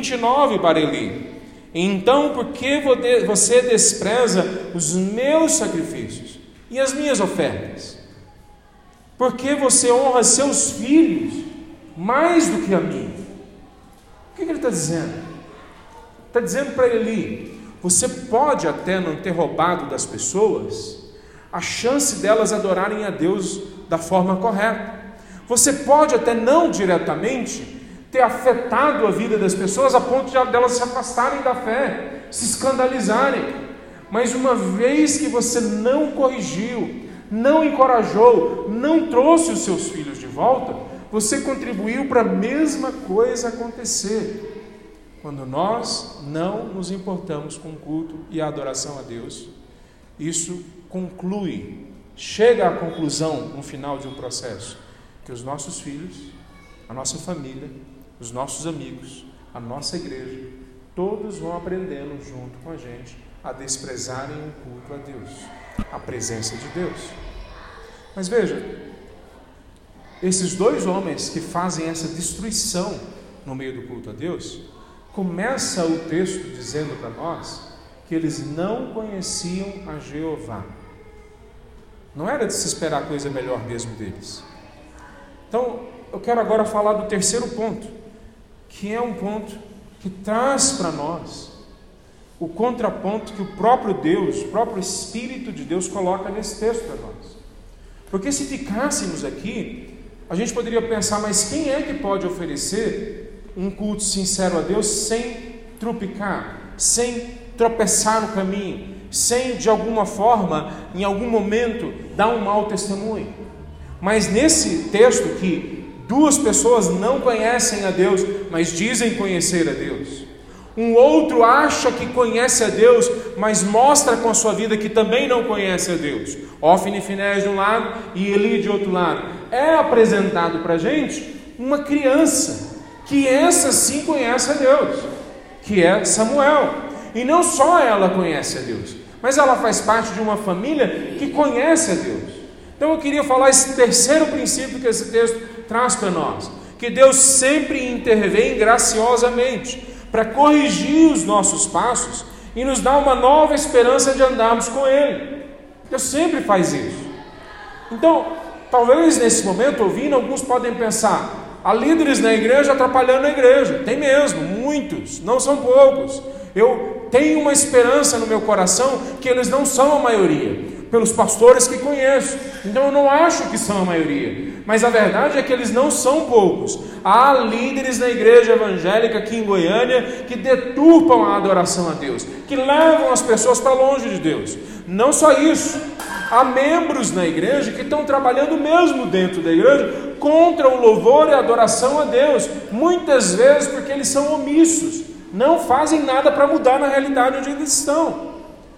29 para Eli: então por que você despreza os meus sacrifícios e as minhas ofertas? Por que você honra seus filhos mais do que a mim? O que ele está dizendo? Está dizendo para Eli: você pode até não ter roubado das pessoas a chance delas adorarem a Deus da forma correta. Você pode até não diretamente ter afetado a vida das pessoas a ponto de elas se afastarem da fé, se escandalizarem. Mas uma vez que você não corrigiu, não encorajou, não trouxe os seus filhos de volta, você contribuiu para a mesma coisa acontecer. Quando nós não nos importamos com o culto e a adoração a Deus, isso chega à conclusão no final de um processo, que os nossos filhos, a nossa família, os nossos amigos, a nossa igreja, todos vão aprendendo junto com a gente a desprezarem o culto a Deus, a presença de Deus. Mas veja, esses dois homens que fazem essa destruição no meio do culto a Deus, Começa o texto dizendo para nós que eles não conheciam a Jeová. Não era de se esperar coisa melhor mesmo deles. Então, eu quero agora falar do terceiro ponto, que é um ponto que traz para nós o contraponto que o próprio Deus, o próprio Espírito de Deus coloca nesse texto para nós. Porque se ficássemos aqui, a gente poderia pensar, mas quem é que pode oferecer um culto sincero a Deus sem trupicar, sem tropeçar no caminho, sem de alguma forma, em algum momento, dar um mau testemunho? Mas nesse texto que duas pessoas não conhecem a Deus, mas dizem conhecer a Deus, um outro acha que conhece a Deus, mas mostra com a sua vida que também não conhece a Deus. Ofni e Finéias de um lado e Eli de outro lado. É apresentado para a gente uma criança, que essa sim conhece a Deus, que é Samuel. E não só ela conhece a Deus, mas ela faz parte de uma família que conhece a Deus. Então eu queria falar esse terceiro princípio que esse texto traz para nós, que Deus sempre intervém graciosamente para corrigir os nossos passos e nos dar uma nova esperança de andarmos com Ele. Deus sempre faz isso. Então, talvez nesse momento, ouvindo, alguns podem pensar, há líderes na igreja atrapalhando a igreja. Tem mesmo, muitos, não são poucos. Eu tenho uma esperança no meu coração que eles não são a maioria, pelos pastores que conheço. Então eu não acho que são a maioria, mas a verdade é que eles não são poucos. Há líderes na igreja evangélica aqui em Goiânia que deturpam a adoração a Deus, que levam as pessoas para longe de Deus. Não só isso, há membros na igreja que estão trabalhando mesmo dentro da igreja contra o louvor e a adoração a Deus, muitas vezes porque eles são omissos, não fazem nada para mudar na realidade onde eles estão.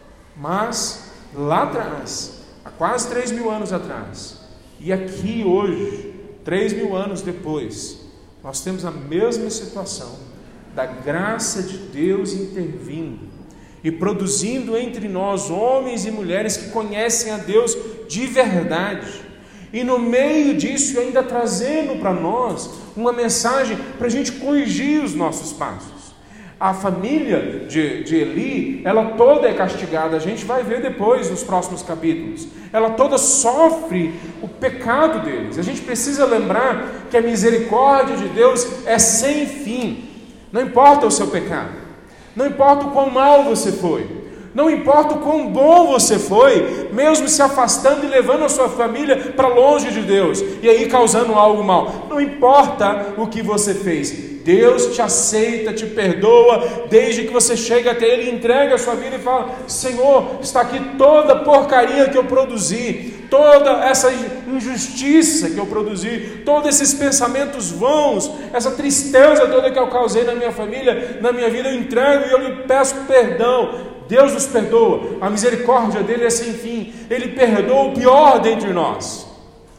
Mas lá atrás, há quase 3.000 anos atrás, e aqui hoje, 3.000 anos depois, nós temos a mesma situação da graça de Deus intervindo e produzindo entre nós homens e mulheres que conhecem a Deus de verdade, e no meio disso ainda trazendo para nós uma mensagem para a gente corrigir os nossos passos. A família de Eli, ela toda é castigada, a gente vai ver depois nos próximos capítulos, ela toda sofre o pecado deles. A gente precisa lembrar que a misericórdia de Deus é sem fim. Não importa o seu pecado, não importa o quão mal você foi, não importa o quão bom você foi, mesmo se afastando e levando a sua família para longe de Deus, e aí causando algo mal, não importa o que você fez, Deus te aceita, te perdoa, desde que você chega até Ele, entrega a sua vida e fala: Senhor, está aqui toda a porcaria que eu produzi, toda essa injustiça que eu produzi, todos esses pensamentos vãos, essa tristeza toda que eu causei na minha família, na minha vida, eu entrego e eu lhe peço perdão. Deus nos perdoa, a misericórdia dele é sem fim, Ele perdoa o pior dentre nós.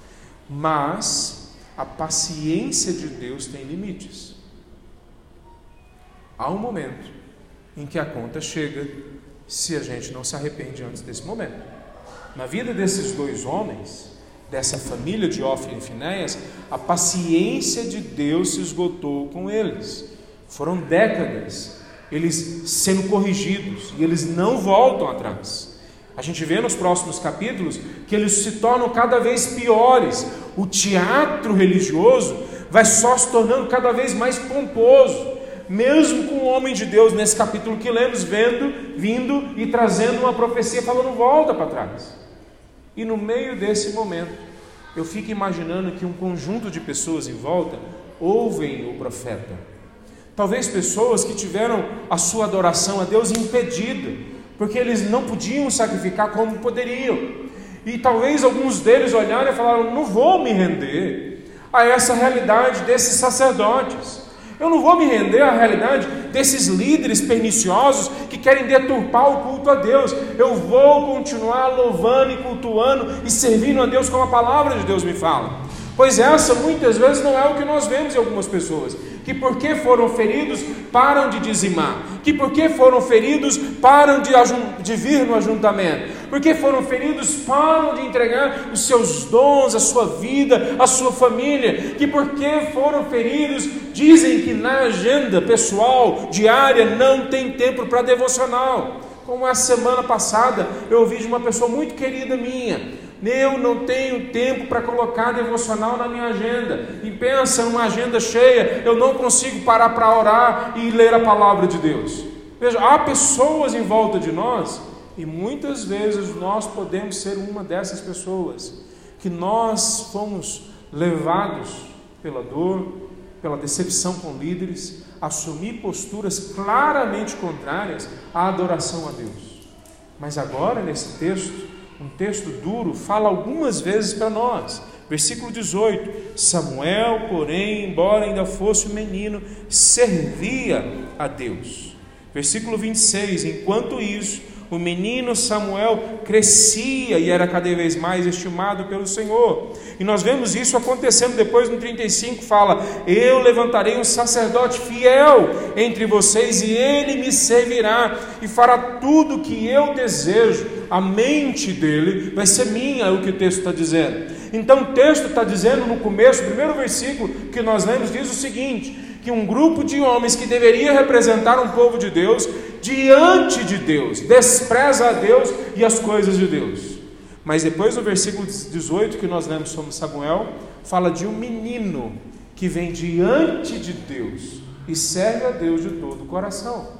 Mas a paciência de Deus tem limites. Há um momento em que a conta chega, se a gente não se arrepende antes desse momento. Na vida desses dois homens, dessa família de Ofni e Finéias, a paciência de Deus se esgotou com eles. Foram décadas eles sendo corrigidos, e eles não voltam atrás. A gente vê nos próximos capítulos que eles se tornam cada vez piores. O teatro religioso vai só se tornando cada vez mais pomposo, mesmo com o homem de Deus, nesse capítulo que lemos, vindo e trazendo uma profecia falando: volta para trás. E no meio desse momento, eu fico imaginando que um conjunto de pessoas em volta ouvem o profeta. Talvez pessoas que tiveram a sua adoração a Deus impedida, porque eles não podiam sacrificar como poderiam. E talvez alguns deles olharam e falaram: não vou me render a essa realidade desses sacerdotes. Eu não vou me render à realidade desses líderes perniciosos que querem deturpar o culto a Deus. Eu vou continuar louvando e cultuando e servindo a Deus como a palavra de Deus me fala. Pois essa muitas vezes não é o que nós vemos em algumas pessoas, que porque foram feridos param de dizimar, que porque foram feridos param de vir no ajuntamento, Porque foram feridos, param de entregar os seus dons, a sua vida, a sua família. Que porque foram feridos, dizem que na agenda pessoal, diária, não tem tempo para devocional. Como a semana passada, eu ouvi de uma pessoa muito querida minha: eu não tenho tempo para colocar devocional na minha agenda. E pensa, numa agenda cheia, eu não consigo parar para orar e ler a palavra de Deus. Veja, há pessoas em volta de nós, e muitas vezes nós podemos ser uma dessas pessoas, que nós fomos levados pela dor, pela decepção com líderes, a assumir posturas claramente contrárias à adoração a Deus. Mas agora, nesse texto, um texto duro, fala algumas vezes para nós. Versículo 18: Samuel, porém, embora ainda fosse um menino, servia a Deus. Versículo 26: enquanto isso, o menino Samuel crescia e era cada vez mais estimado pelo Senhor. E nós vemos isso acontecendo depois no 35, fala: eu levantarei um sacerdote fiel entre vocês, e ele me servirá e fará tudo o que eu desejo. A mente dele vai ser minha, é o que o texto está dizendo. Então o texto está dizendo no começo, o primeiro versículo que nós lemos, diz o seguinte: que um grupo de homens que deveria representar um povo de Deus, diante de Deus, despreza a Deus e as coisas de Deus. Mas depois no versículo 18 que nós lemos sobre Samuel, fala de um menino que vem diante de Deus e serve a Deus de todo o coração.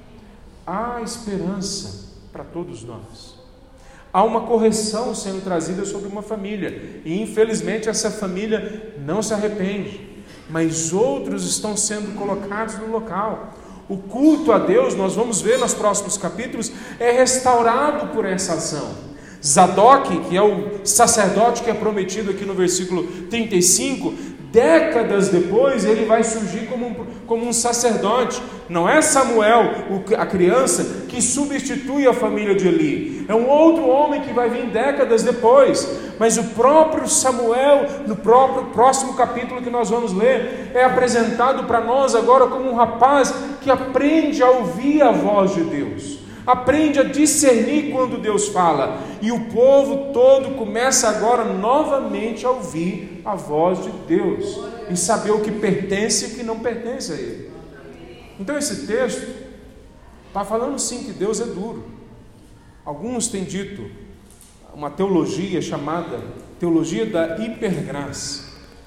Há esperança para todos nós. Há uma correção sendo trazida sobre uma família, e infelizmente essa família não se arrepende, mas outros estão sendo colocados no local. O culto a Deus, nós vamos ver nos próximos capítulos, é restaurado por essa ação. Zadok, que é o sacerdote que é prometido aqui no versículo 35, décadas depois ele vai surgir como um sacerdote. Não é Samuel, a criança, que substitui a família de Eli. É um outro homem que vai vir décadas depois. Mas o próprio Samuel, no próximo capítulo que nós vamos ler, é apresentado para nós agora como um rapaz que aprende a ouvir a voz de Deus, aprende a discernir quando Deus fala, e o povo todo começa agora novamente a ouvir a voz de Deus e saber o que pertence e o que não pertence a Ele. Então esse texto está falando sim que Deus é duro. Alguns têm dito uma teologia chamada teologia da hipergraça,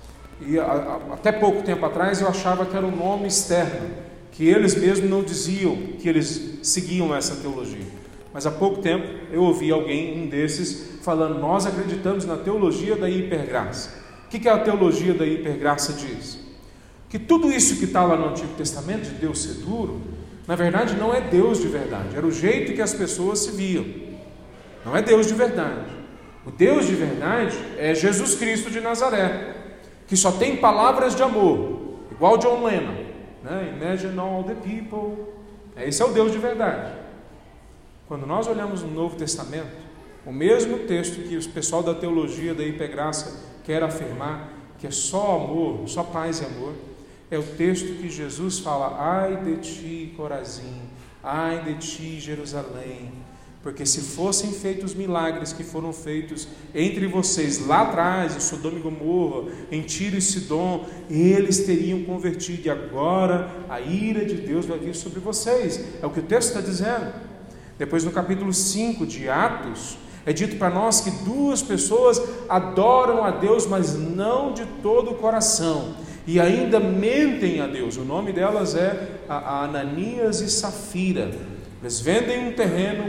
e até pouco tempo atrás eu achava que era um nome externo, que eles mesmos não diziam que eles seguiam essa teologia. Mas há pouco tempo eu ouvi alguém, um desses, falando: nós acreditamos na teologia da hipergraça. O que a teologia da hipergraça diz? Que tudo isso que está lá no Antigo Testamento, de Deus ser duro, na verdade não é Deus de verdade, era o jeito que as pessoas se viam. Não é Deus de verdade. O Deus de verdade é Jesus Cristo de Nazaré, que só tem palavras de amor, igual John Lennon, né? Imagine all the people. Esse é o Deus de verdade. Quando nós olhamos no Novo Testamento, o mesmo texto que o pessoal da teologia da hipergraça quer afirmar, que é só amor, só paz e amor, é o texto que Jesus fala: ai de ti, Corazim, ai de ti, Jerusalém, porque se fossem feitos os milagres que foram feitos entre vocês lá atrás, em Sodoma e Gomorra, em Tiro e Sidom, eles teriam convertido, e agora a ira de Deus vai vir sobre vocês. É o que o texto está dizendo. Depois no capítulo 5 de Atos, é dito para nós que duas pessoas adoram a Deus, mas não de todo o coração, e ainda mentem a Deus. O nome delas é Ananias e Safira. Eles vendem um terreno,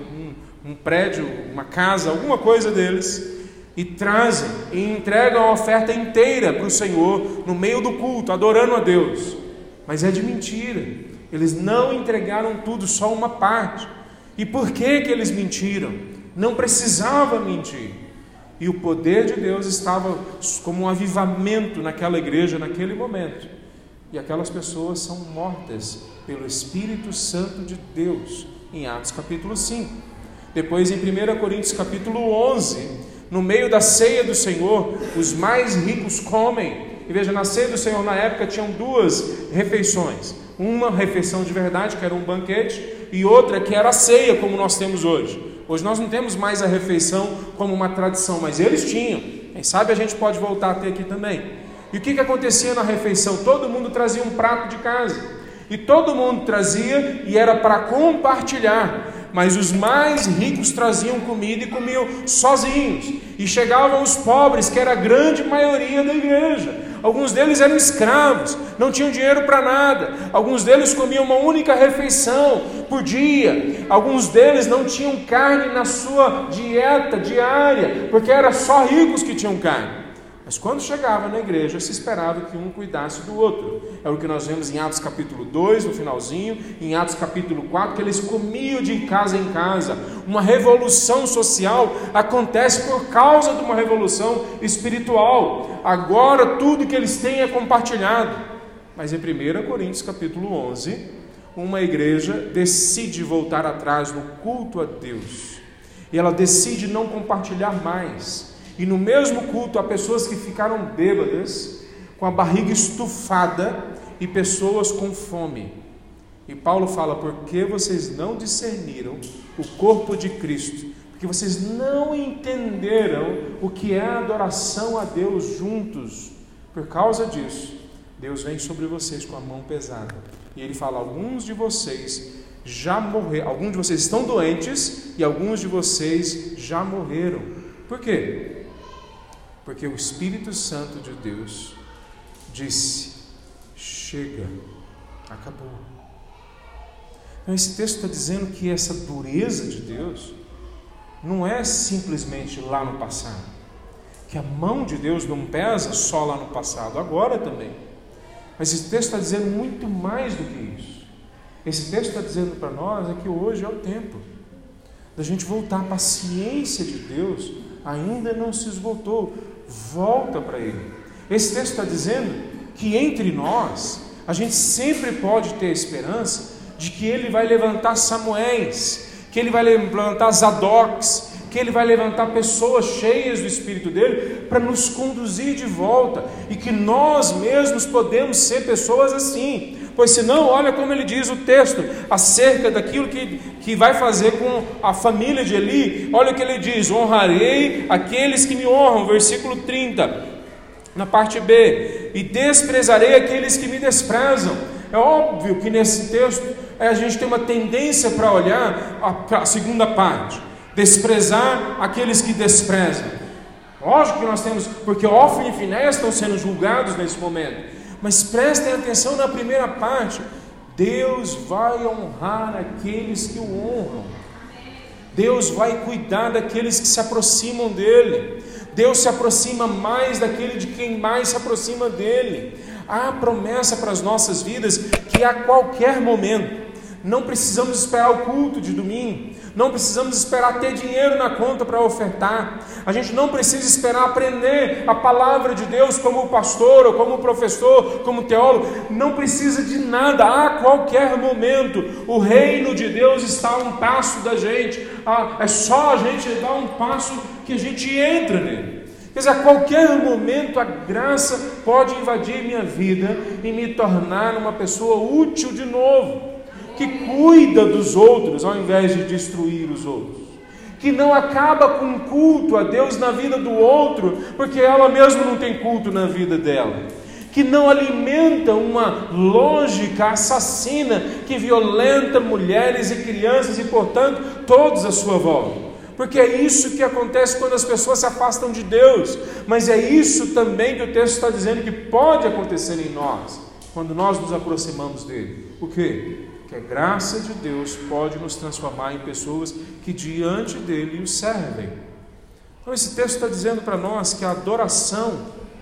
um prédio, uma casa, alguma coisa deles, e trazem e entregam a oferta inteira para o Senhor no meio do culto, adorando a Deus. Mas é de mentira. Eles não entregaram tudo, só uma parte. E por que eles mentiram? Não precisava mentir. E o poder de Deus estava como um avivamento naquela igreja, naquele momento. E aquelas pessoas são mortas pelo Espírito Santo de Deus, em Atos capítulo 5. Depois em 1 Coríntios capítulo 11, no meio da ceia do Senhor, os mais ricos comem. E veja, na ceia do Senhor na época tinham duas refeições. Uma refeição de verdade, que era um banquete, e outra que era a ceia, como nós temos hoje. Hoje nós não temos mais a refeição como uma tradição, mas eles tinham. Quem sabe a gente pode voltar a ter aqui também. E o que acontecia na refeição? Todo mundo trazia um prato de casa. E todo mundo trazia e era para compartilhar. Mas os mais ricos traziam comida e comiam sozinhos. E chegavam os pobres, que era a grande maioria da igreja. Alguns deles eram escravos, não tinham dinheiro para nada. Alguns deles comiam uma única refeição por dia. Alguns deles não tinham carne na sua dieta diária, porque era só ricos que tinham carne. Mas quando chegava na igreja, se esperava que um cuidasse do outro. É o que nós vemos em Atos capítulo 2, no finalzinho, em Atos capítulo 4, que eles comiam de casa em casa. Uma revolução social acontece por causa de uma revolução espiritual. Agora tudo que eles têm é compartilhado. Mas em 1 Coríntios capítulo 11, uma igreja decide voltar atrás no culto a Deus. E ela decide não compartilhar mais. E no mesmo culto há pessoas que ficaram bêbadas, com a barriga estufada, e pessoas com fome. E Paulo fala: por que vocês não discerniram o corpo de Cristo? Porque vocês não entenderam o que é a adoração a Deus juntos. Por causa disso, Deus vem sobre vocês com a mão pesada. E ele fala: alguns de vocês já morreram, alguns de vocês estão doentes e alguns de vocês já morreram. Por quê? Porque o Espírito Santo de Deus disse: chega, acabou. Então esse texto está dizendo que essa dureza de Deus não é simplesmente lá no passado, que a mão de Deus não pesa só lá no passado, agora também. Mas esse texto está dizendo muito mais do que isso. Esse texto está dizendo para nós é que hoje é o tempo da gente voltar. A paciência de Deus ainda não se esgotou. Volta para Ele. Esse texto está dizendo que entre nós a gente sempre pode ter a esperança de que Ele vai levantar Samuéis, que Ele vai levantar Zadocs, que Ele vai levantar pessoas cheias do Espírito dEle para nos conduzir de volta, e que nós mesmos podemos ser pessoas assim. Pois senão, olha como ele diz o texto acerca daquilo que vai fazer com a família de Eli. Olha o que ele diz: honrarei aqueles que me honram, versículo 30, na parte B, e desprezarei aqueles que me desprezam. É óbvio que nesse texto a gente tem uma tendência para olhar a segunda parte: desprezar aqueles que desprezam. Lógico que nós temos, porque Hófni e Finéias estão sendo julgados nesse momento. Mas prestem atenção na primeira parte: Deus vai honrar aqueles que o honram. Deus vai cuidar daqueles que se aproximam dEle. Deus se aproxima mais daquele de quem mais se aproxima dEle. Há promessa para as nossas vidas que a qualquer momento, não precisamos esperar o culto de domingo, não precisamos esperar ter dinheiro na conta para ofertar, a gente não precisa esperar aprender a palavra de Deus como pastor, ou como professor, como teólogo, não precisa de nada. A qualquer momento o reino de Deus está a um passo da gente. É só a gente dar um passo que a gente entra nele. Quer dizer, a qualquer momento a graça pode invadir minha vida e me tornar uma pessoa útil de novo, que cuida dos outros ao invés de destruir os outros, que não acaba com culto a Deus na vida do outro, porque ela mesma não tem culto na vida dela, que não alimenta uma lógica assassina que violenta mulheres e crianças e, portanto, todos à sua volta. Porque é isso que acontece quando as pessoas se afastam de Deus. Mas é isso também que o texto está dizendo que pode acontecer em nós, quando nós nos aproximamos dele. O quê? Que a graça de Deus pode nos transformar em pessoas que diante dele o servem. Então esse texto está dizendo para nós que a adoração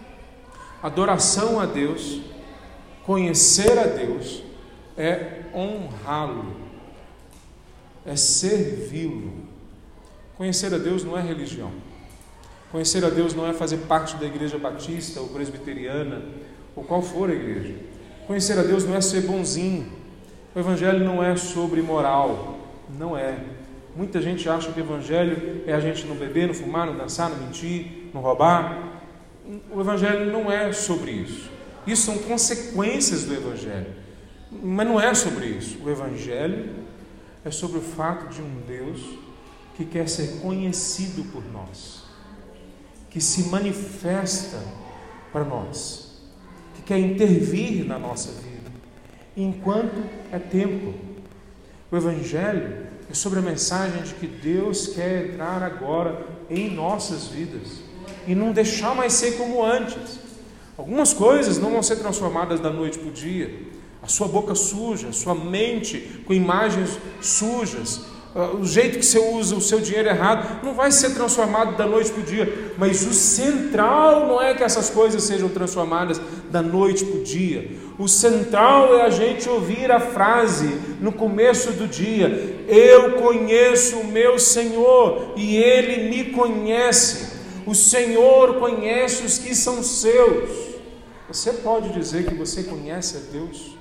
a Deus, conhecer a Deus, é honrá-lo, é servi-lo. Conhecer a Deus não é religião. Conhecer a Deus não é fazer parte da igreja batista ou presbiteriana, ou qual for a igreja. Conhecer a Deus não é ser bonzinho. O evangelho não é sobre moral. Não é. Muita gente acha que o evangelho é a gente não beber, não fumar, não dançar, não mentir, não roubar. O evangelho não é sobre isso. Isso são consequências do evangelho. Mas não é sobre isso. O evangelho é sobre o fato de um Deus que quer ser conhecido por nós, que se manifesta para nós, que quer intervir na nossa vida, enquanto é tempo. O Evangelho é sobre a mensagem de que Deus quer entrar agora em nossas vidas e não deixar mais ser como antes. Algumas coisas não vão ser transformadas da noite para o dia. A sua boca suja, a sua mente com imagens sujas, o jeito que você usa o seu dinheiro errado, não vai ser transformado da noite para o dia. Mas o central não é que essas coisas sejam transformadas da noite para o dia. O central é a gente ouvir a frase no começo do dia: eu conheço o meu Senhor e Ele me conhece. O Senhor conhece os que são seus. Você pode dizer que você conhece a Deus?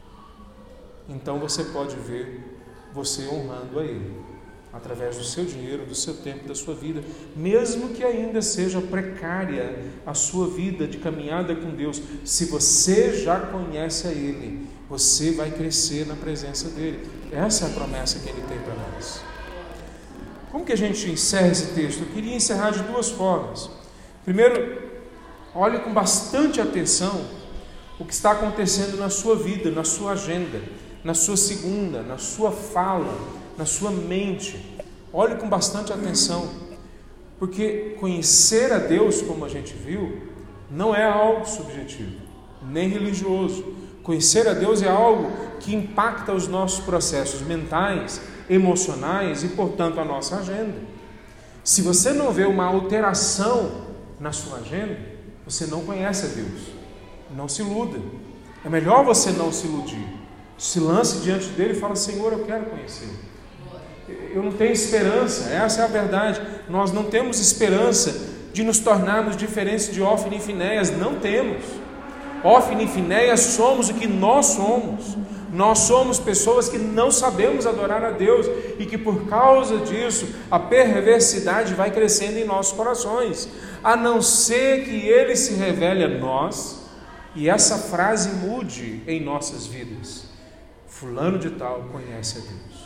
Então você pode ver você honrando a Ele, através do seu dinheiro, do seu tempo, da sua vida, mesmo que ainda seja precária a sua vida de caminhada com Deus. Se você já conhece a Ele, você vai crescer na presença dEle. Essa é a promessa que Ele tem para nós. Como que a gente encerra esse texto? Eu queria encerrar de duas formas. Primeiro, olhe com bastante atenção o que está acontecendo na sua vida, na sua agenda, na sua segunda, na sua fala, na sua mente. Olhe com bastante atenção, porque conhecer a Deus, como a gente viu, não é algo subjetivo, nem religioso. Conhecer a Deus é algo que impacta os nossos processos mentais, emocionais e, portanto, a nossa agenda. Se você não vê uma alteração na sua agenda, você não conhece a Deus. Não se iluda. É melhor você não se iludir. Se lance diante dele e fala: Senhor, eu quero conhecer. Eu não tenho esperança, essa é a verdade. Nós não temos esperança de nos tornarmos diferentes de Ófine e Finéias. Não temos. Ófine e Finéias somos o que nós somos. Nós somos pessoas que não sabemos adorar a Deus e que por causa disso a perversidade vai crescendo em nossos corações, a não ser que Ele se revele a nós e essa frase mude em nossas vidas. Fulano de tal conhece a Deus,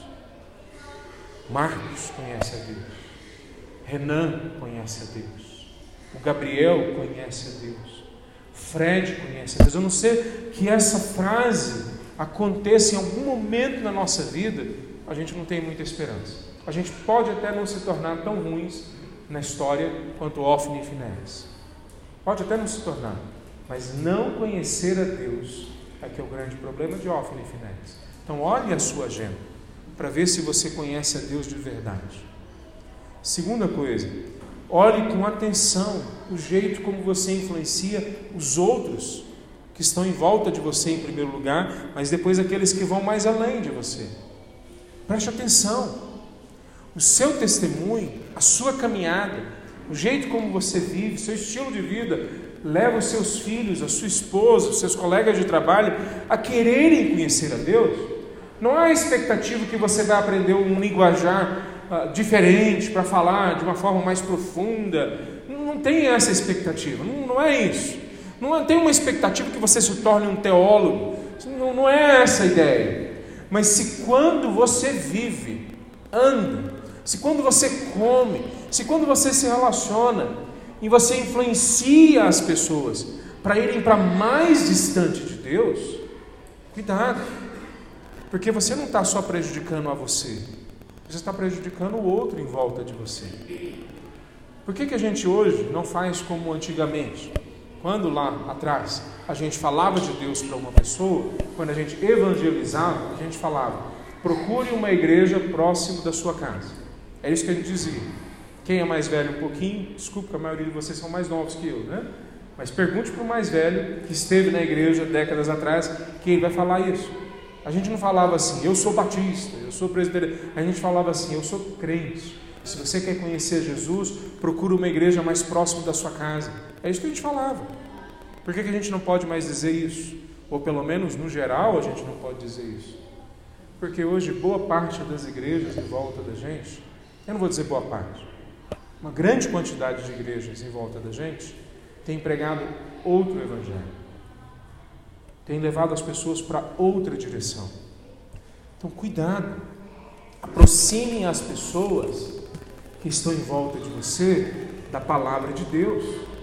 Marcos conhece a Deus, Renan conhece a Deus, o Gabriel conhece a Deus, Fred conhece a Deus. A não ser que essa frase aconteça em algum momento na nossa vida, a gente não tem muita esperança. A gente pode até não se tornar tão ruins na história quanto Ófine e Finéias. Pode até não se tornar, mas não conhecer a Deus é que é o grande problema de Ófine e Finéias. Então olhe a sua agenda para ver se você conhece a Deus de verdade. Segunda coisa, olhe com atenção o jeito como você influencia os outros que estão em volta de você em primeiro lugar, mas depois aqueles que vão mais além de você. Preste atenção. O seu testemunho, a sua caminhada, o jeito como você vive, seu estilo de vida, leva os seus filhos, a sua esposa, os seus colegas de trabalho a quererem conhecer a Deus. Não há expectativa que você vai aprender um linguajar diferente para falar de uma forma mais profunda. Não tem essa expectativa, não é isso. Não tem uma expectativa que você se torne um teólogo. Não é essa a ideia. Mas se quando você vive, anda, se quando você come, se quando você se relaciona e você influencia as pessoas para irem para mais distante de Deus, cuidado, porque você não está só prejudicando a você, você está prejudicando o outro em volta de você. Por que a gente hoje não faz como antigamente? Quando lá atrás a gente falava de Deus para uma pessoa, quando a gente evangelizava, a gente falava: procure uma igreja próximo da sua casa. É isso que a gente dizia. Quem é mais velho um pouquinho, desculpa que a maioria de vocês são mais novos que eu, né? Mas pergunte para o mais velho que esteve na igreja décadas atrás, que ele vai falar isso. A gente não falava assim: eu sou batista, eu sou presbiteriano. A gente falava assim: eu sou crente. Se você quer conhecer Jesus, procure uma igreja mais próxima da sua casa. É isso que a gente falava. Por que a gente não pode mais dizer isso? Ou pelo menos no geral a gente não pode dizer isso. Porque hoje boa parte das igrejas em volta da gente, eu não vou dizer boa parte, uma grande quantidade de igrejas em volta da gente tem pregado outro evangelho, tem levado as pessoas para outra direção. Então cuidado, aproximem as pessoas que estão em volta de você da palavra de Deus.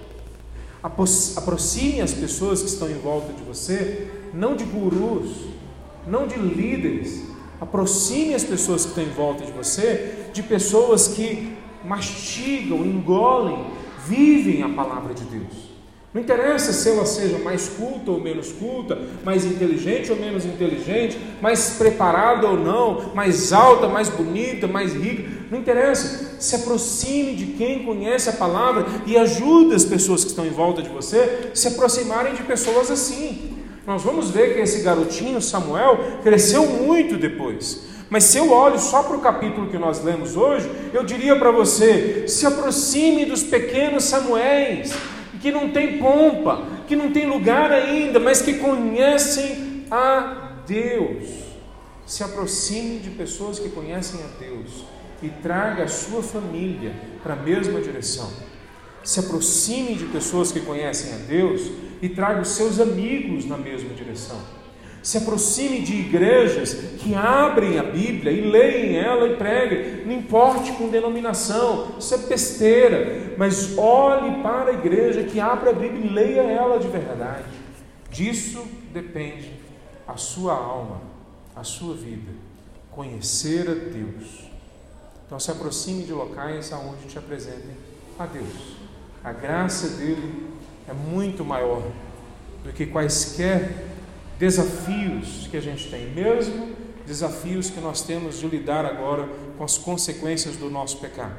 Aproxime as pessoas que estão em volta de você, não de gurus, não de líderes. Aproxime as pessoas que estão em volta de você de pessoas que mastigam, engolem, vivem a palavra de Deus. Não interessa se ela seja mais culta ou menos culta, mais inteligente ou menos inteligente, mais preparada ou não, mais alta, mais bonita, mais rica. Não interessa. Se aproxime de quem conhece a palavra e ajude as pessoas que estão em volta de você a se aproximarem de pessoas assim. Nós vamos ver que esse garotinho Samuel cresceu muito depois. Mas se eu olho só para o capítulo que nós lemos hoje, eu diria para você: se aproxime dos pequenos Samuéis, que não tem pompa, que não tem lugar ainda, mas que conhecem a Deus. Se aproxime de pessoas que conhecem a Deus e traga a sua família para a mesma direção. Se aproxime de pessoas que conhecem a Deus e traga os seus amigos na mesma direção. Se aproxime de igrejas que abrem a Bíblia e leem ela e preguem, não importe com denominação, isso é besteira, mas olhe para a igreja que abre a Bíblia e leia ela de verdade. Disso depende a sua alma, a sua vida, conhecer a Deus. Então se aproxime de locais aonde te apresentem a Deus. A graça dele é muito maior do que quaisquer desafios que a gente tem, mesmo desafios que nós temos de lidar agora com as consequências do nosso pecado.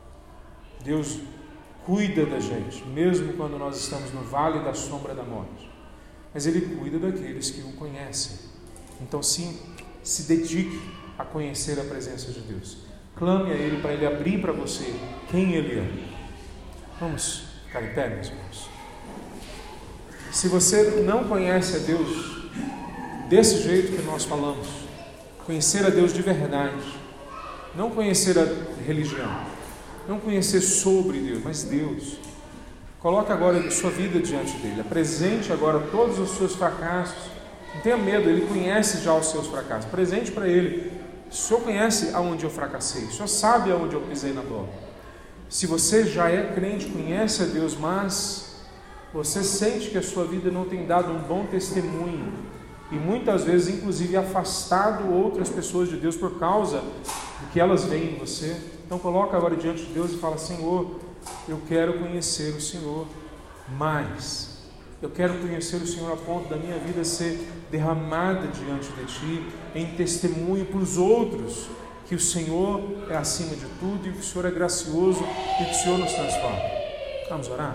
Deus cuida da gente, mesmo quando nós estamos no vale da sombra da morte, mas Ele cuida daqueles que o conhecem. Então sim, se dedique a conhecer a presença de Deus, clame a Ele para Ele abrir para você quem Ele é. Vamos ficar em pé, meus irmãos. Se você não conhece a Deus desse jeito que nós falamos, conhecer a Deus de verdade, não conhecer a religião, não conhecer sobre Deus, mas Deus, coloque agora a sua vida diante dele, apresente agora todos os seus fracassos, não tenha medo, Ele conhece já os seus fracassos, apresente para Ele: o Senhor conhece aonde eu fracassei, o Senhor sabe aonde eu pisei na bola. Se você já é crente, conhece a Deus, mas você sente que a sua vida não tem dado um bom testemunho e muitas vezes inclusive afastado outras pessoas de Deus por causa do que elas veem em você, então coloca agora diante de Deus e fala: Senhor, eu quero conhecer o Senhor mais, eu quero conhecer o Senhor a ponto da minha vida ser derramada diante de Ti em testemunho para os outros que o Senhor é acima de tudo e que o Senhor é gracioso e que o Senhor nos transforma. Vamos orar?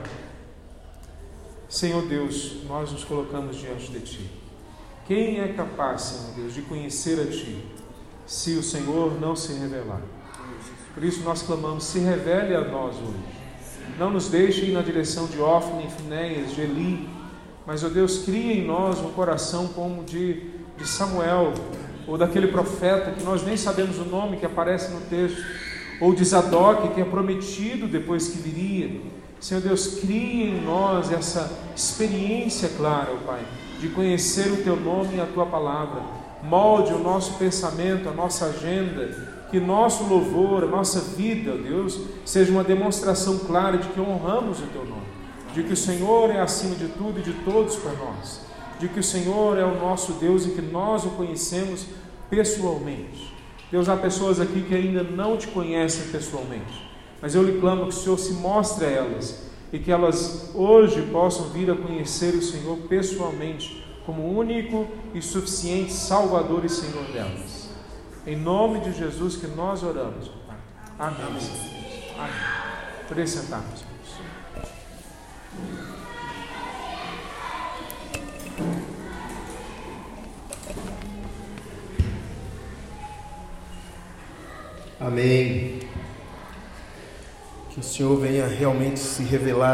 Senhor Deus, nós nos colocamos diante de Ti. Quem é capaz, Senhor Deus, de conhecer a Ti, se o Senhor não se revelar? Por isso nós clamamos: se revele a nós hoje. Não nos deixe ir na direção de Ofni, Finéias, de Eli, mas, ó Deus, cria em nós um coração como de Samuel, ou daquele profeta que nós nem sabemos o nome que aparece no texto, ou de Zadok, que é prometido depois que viria. Senhor Deus, cria em nós essa experiência clara, ó Pai, de conhecer o Teu nome e a Tua palavra. Molde o nosso pensamento, a nossa agenda, que nosso louvor, a nossa vida, ó Deus, seja uma demonstração clara de que honramos o Teu nome, de que o Senhor é acima de tudo e de todos para nós, de que o Senhor é o nosso Deus e que nós o conhecemos pessoalmente. Deus, há pessoas aqui que ainda não Te conhecem pessoalmente, mas eu lhe clamo que o Senhor se mostre a elas e que elas hoje possam vir a conhecer o Senhor pessoalmente como único e suficiente Salvador e Senhor delas. Em nome de Jesus que nós oramos. Amém. Amém. Poder sentar, meus irmãos. Amém. Que o Senhor venha realmente se revelar